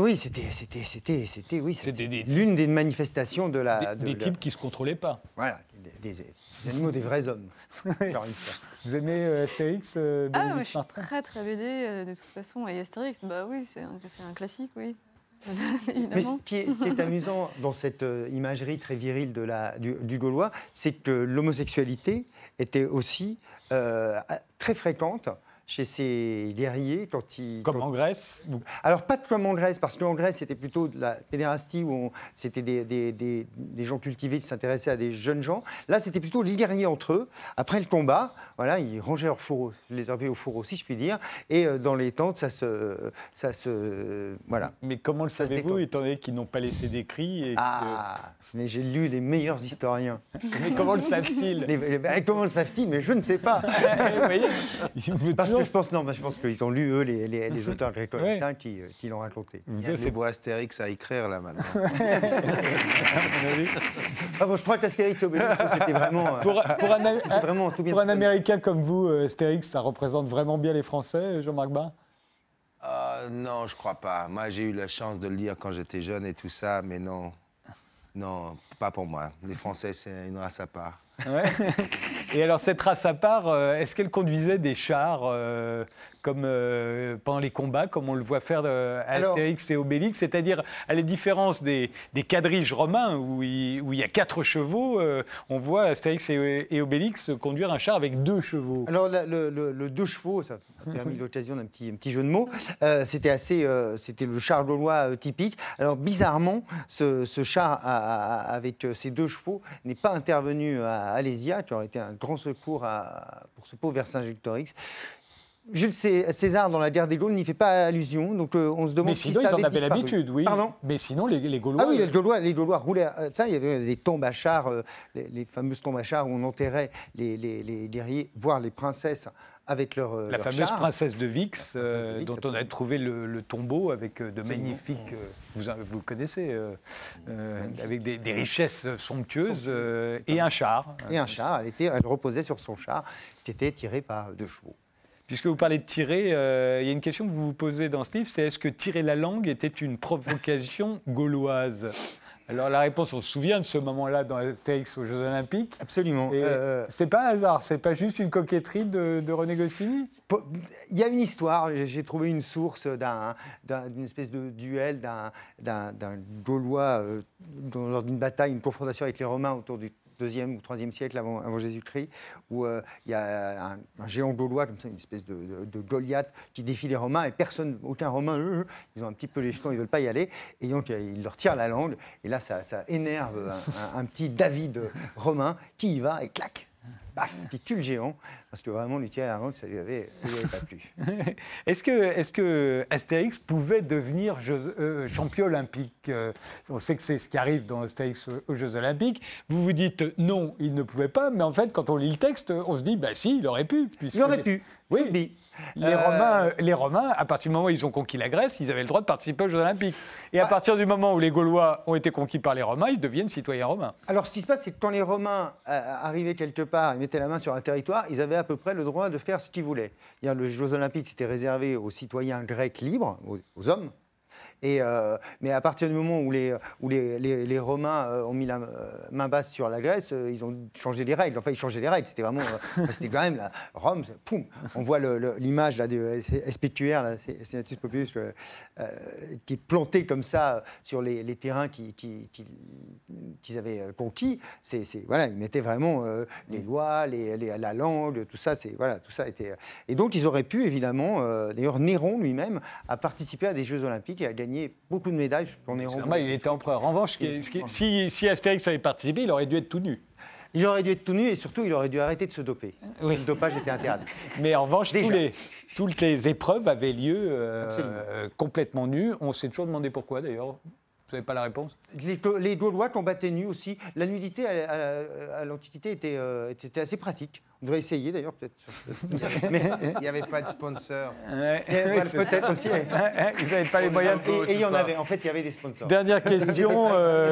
l'une des manifestations de la...
Des types qui ne se contrôlaient pas.
Voilà, des animaux, des vrais hommes.
Vous aimez Astérix
moi, je suis très très BD de toute façon. Et Astérix, bah oui, c'est un classique, oui.
Mais ce qui est amusant dans cette imagerie très virile du Gaulois, c'est que l'homosexualité était aussi très fréquente chez ces guerriers
en Grèce?
Alors pas comme en Grèce, parce qu'en Grèce c'était plutôt de la pédérastie où c'était des gens cultivés qui s'intéressaient à des jeunes gens. Là c'était plutôt les guerriers entre eux. Après le combat, voilà, ils rangeaient leurs fourreaux, les avaient au fourreau si je puis dire, et dans les tentes ça se voilà.
Mais comment le savez-vous, étant donné qu'ils n'ont pas laissé d'écrit
mais j'ai lu les meilleurs historiens.
Mais comment le savent-ils?
Comment le savent-ils? Mais je ne sais pas.
Vous voyez,
parce que je pense qu'ils ont lu, eux, les auteurs gréco-latins qui l'ont raconté.
Il y a des voix Astérix à écrire, là, maintenant.
Je crois qu'Astérix et Obélix, c'était vraiment...
Pour un Américain comme vous, Astérix, ça représente vraiment bien les Français, Jean-Marc Barr?
Non, je crois pas. Moi, j'ai eu la chance de le lire quand j'étais jeune et tout ça, mais non. Non, pas pour moi. Les Français, c'est une race à part.
Ouais. Et alors, cette race à part, est-ce qu'elle conduisait des chars comme pendant les combats, comme on le voit faire à Astérix et Obélix, c'est-à-dire à la différence des quadriges romains où il y a 4 chevaux, on voit Astérix et Obélix conduire un char avec 2 chevaux.
Alors le 2 chevaux, ça a permis l'occasion d'un petit jeu de mots, c'était le char gaulois typique. Alors bizarrement, ce char avec ces 2 chevaux n'est pas intervenu à Alésia, qui aurait été un grand secours pour ce pauvre Vercingétorix. Jules César, dans la guerre des Gaules, n'y fait pas allusion, donc on se demande si ça avait disparu. Mais sinon, ils en avaient
l'habitude, oui.
Pardon ? Mais
sinon, les Gaulois...
Ah oui, les Gaulois roulaient... ça, il y avait des tombes à chars, les fameuses tombes à chars où on enterrait les guerriers, voire les princesses, avec leur
La fameuse
char.
princesse de Vix, dont on a trouvé le tombeau avec de magnifiques... vous le connaissez, avec des richesses somptueuses, et un char.
Et un char, elle reposait sur son char, qui était tiré par 2 chevaux.
Puisque vous parlez de tirer, il y a une question que vous vous posez dans ce livre, c'est est-ce que tirer la langue était une provocation gauloise ? Alors la réponse, on se souvient de ce moment-là dans Astérix aux Jeux Olympiques.
Absolument.
C'est pas un hasard, c'est pas juste une coquetterie de René Goscinny ?
Il y a une histoire, j'ai trouvé une source d'une espèce de duel d'un Gaulois lors d'une bataille, une confrontation avec les Romains autour du 2e ou 3e siècle avant Jésus-Christ, où il y a un géant gaulois, comme ça, une espèce de Goliath qui défie les Romains, et aucun Romain, ils ont un petit peu les jetons, ils ne veulent pas y aller, et donc il leur tire la langue, et là ça énerve un petit David romain qui y va, et clac, paf, qui tue le géant, parce que vraiment lui tirer la langue, ça lui avait pas plu.
Est-ce que Astérix pouvait devenir champion olympique ? On sait que c'est ce qui arrive dans Astérix aux Jeux Olympiques. Vous vous dites non, il ne pouvait pas, mais en fait, quand on lit le texte, on se dit bah si, il aurait pu.
Il aurait pu.
Oui. Les Romains, à partir du moment où ils ont conquis la Grèce, ils avaient le droit de participer aux Jeux Olympiques. Et à partir du moment où les Gaulois ont été conquis par les Romains, ils deviennent citoyens romains.
Alors, ce qui se passe, c'est que quand les Romains arrivaient quelque part, ils mettaient la main sur un territoire, ils avaient à peu près le droit de faire ce qu'ils voulaient. Les Jeux Olympiques, c'était réservé aux citoyens grecs libres, aux hommes. Mais à partir du moment où les Romains ont mis la main basse sur la Grèce, ils ont changé les règles. Enfin, ils changeaient les règles. C'était vraiment, c'était quand même Rome. Poum, on voit l'image là de Spectuaire, là, Senatus Populus, qui est planté comme ça sur les terrains qu'ils avaient conquis. Voilà, ils mettaient vraiment les lois, la langue, tout ça. Tout ça était. Et donc, ils auraient pu évidemment. D'ailleurs, Néron lui-même a participé à des Jeux Olympiques et a gagné beaucoup de médailles.
Normal, il était empereur. En revanche, si Astérix avait participé, il aurait dû être tout nu.
Il aurait dû être tout nu et surtout, il aurait dû arrêter de se doper.
Oui.
Le dopage était interdit.
Mais en revanche, toutes les épreuves avaient lieu complètement nues. On s'est toujours demandé pourquoi, d'ailleurs. Vous n'avez pas la réponse?
Les Gaulois combattaient nus aussi. La nudité à l'Antiquité était assez pratique. On devrait essayer d'ailleurs, peut-être.
Mais il n'y avait pas de sponsor.
Peut-être aussi.
Ils n'avaient pas les moyens.
Et il y en avait. En fait, il y avait des sponsors.
Dernière question.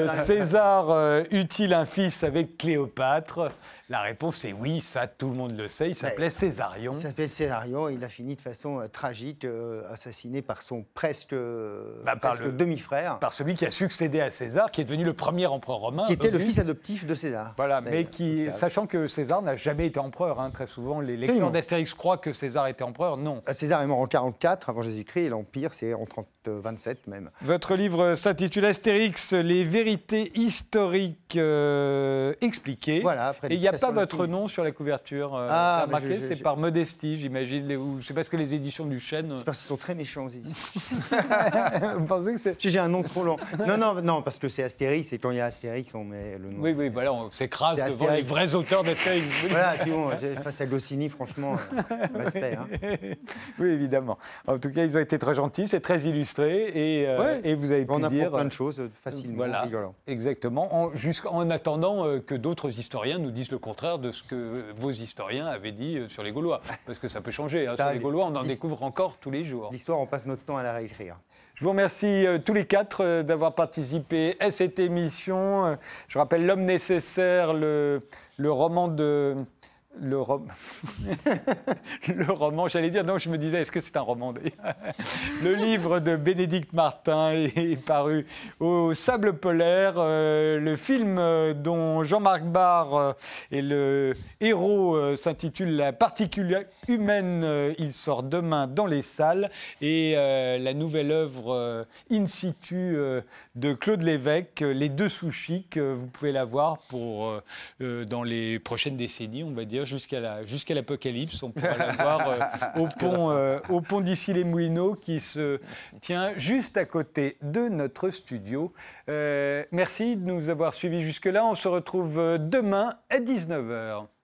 César eut-il un fils avec Cléopâtre? La réponse est oui, ça tout le monde le sait. Il s'appelait Césarion.
Il s'appelait Césarion. Il a fini de façon tragique, assassiné par son presque demi-frère.
Par celui qui a succédé à César, qui est devenu le premier empereur romain.
Qui était le fils adoptif de César.
Voilà, mais sachant que César n'a jamais été empereur. Très souvent, les lecteurs d'Astérix croient que César était empereur. Non.
César est mort en 44 avant Jésus-Christ et l'Empire, c'est en 27 même.
Votre livre s'intitule Astérix, les vérités historiques expliquées.
Voilà,
et il n'y a pas votre nom sur la couverture. Marqué, c'est par modestie, j'imagine. C'est parce que les éditions du Chêne.
C'est parce qu'ils sont très méchants aux éditions.
Vous pensez que c'est.
J'ai un nom trop long. Non, parce que c'est Astérix et quand il y a Astérix, on met le nom.
Oui, voilà, on s'écrase devant les vrais auteurs d'Astérix.
Voilà, puis bon, face à Goscinny, franchement, respect. Hein.
Oui, évidemment. En tout cas, ils ont été très gentils, c'est très illustré et vous avez pu
on
dire...
apprend plein de choses facilement,
voilà,
rigolant.
Exactement, en attendant que d'autres historiens nous disent le contraire de ce que vos historiens avaient dit sur les Gaulois. Parce que ça peut changer. Sur les Gaulois, on en découvre encore tous les jours.
L'histoire, on passe notre temps à la réécrire.
Je vous remercie tous les quatre d'avoir participé à cette émission. Je rappelle L'Homme nécessaire, le roman de... Le roman, j'allais dire, non, je me disais, est-ce que c'est un roman? Le livre de Bénédicte Martin est paru au Sable Polaire. Le film dont Jean-Marc Barr est le héros s'intitule La particule humaine. Il sort demain dans les salles. Et la nouvelle œuvre In situ de Claude Lévesque, Les Deux Sous-Chics, vous pouvez la voir dans les prochaines décennies, on va dire. Jusqu'à l'Apocalypse, on pourra la voir au pont d'Issy-les-Moulineaux qui se tient juste à côté de notre studio. Merci de nous avoir suivis jusque-là. On se retrouve demain à 19h.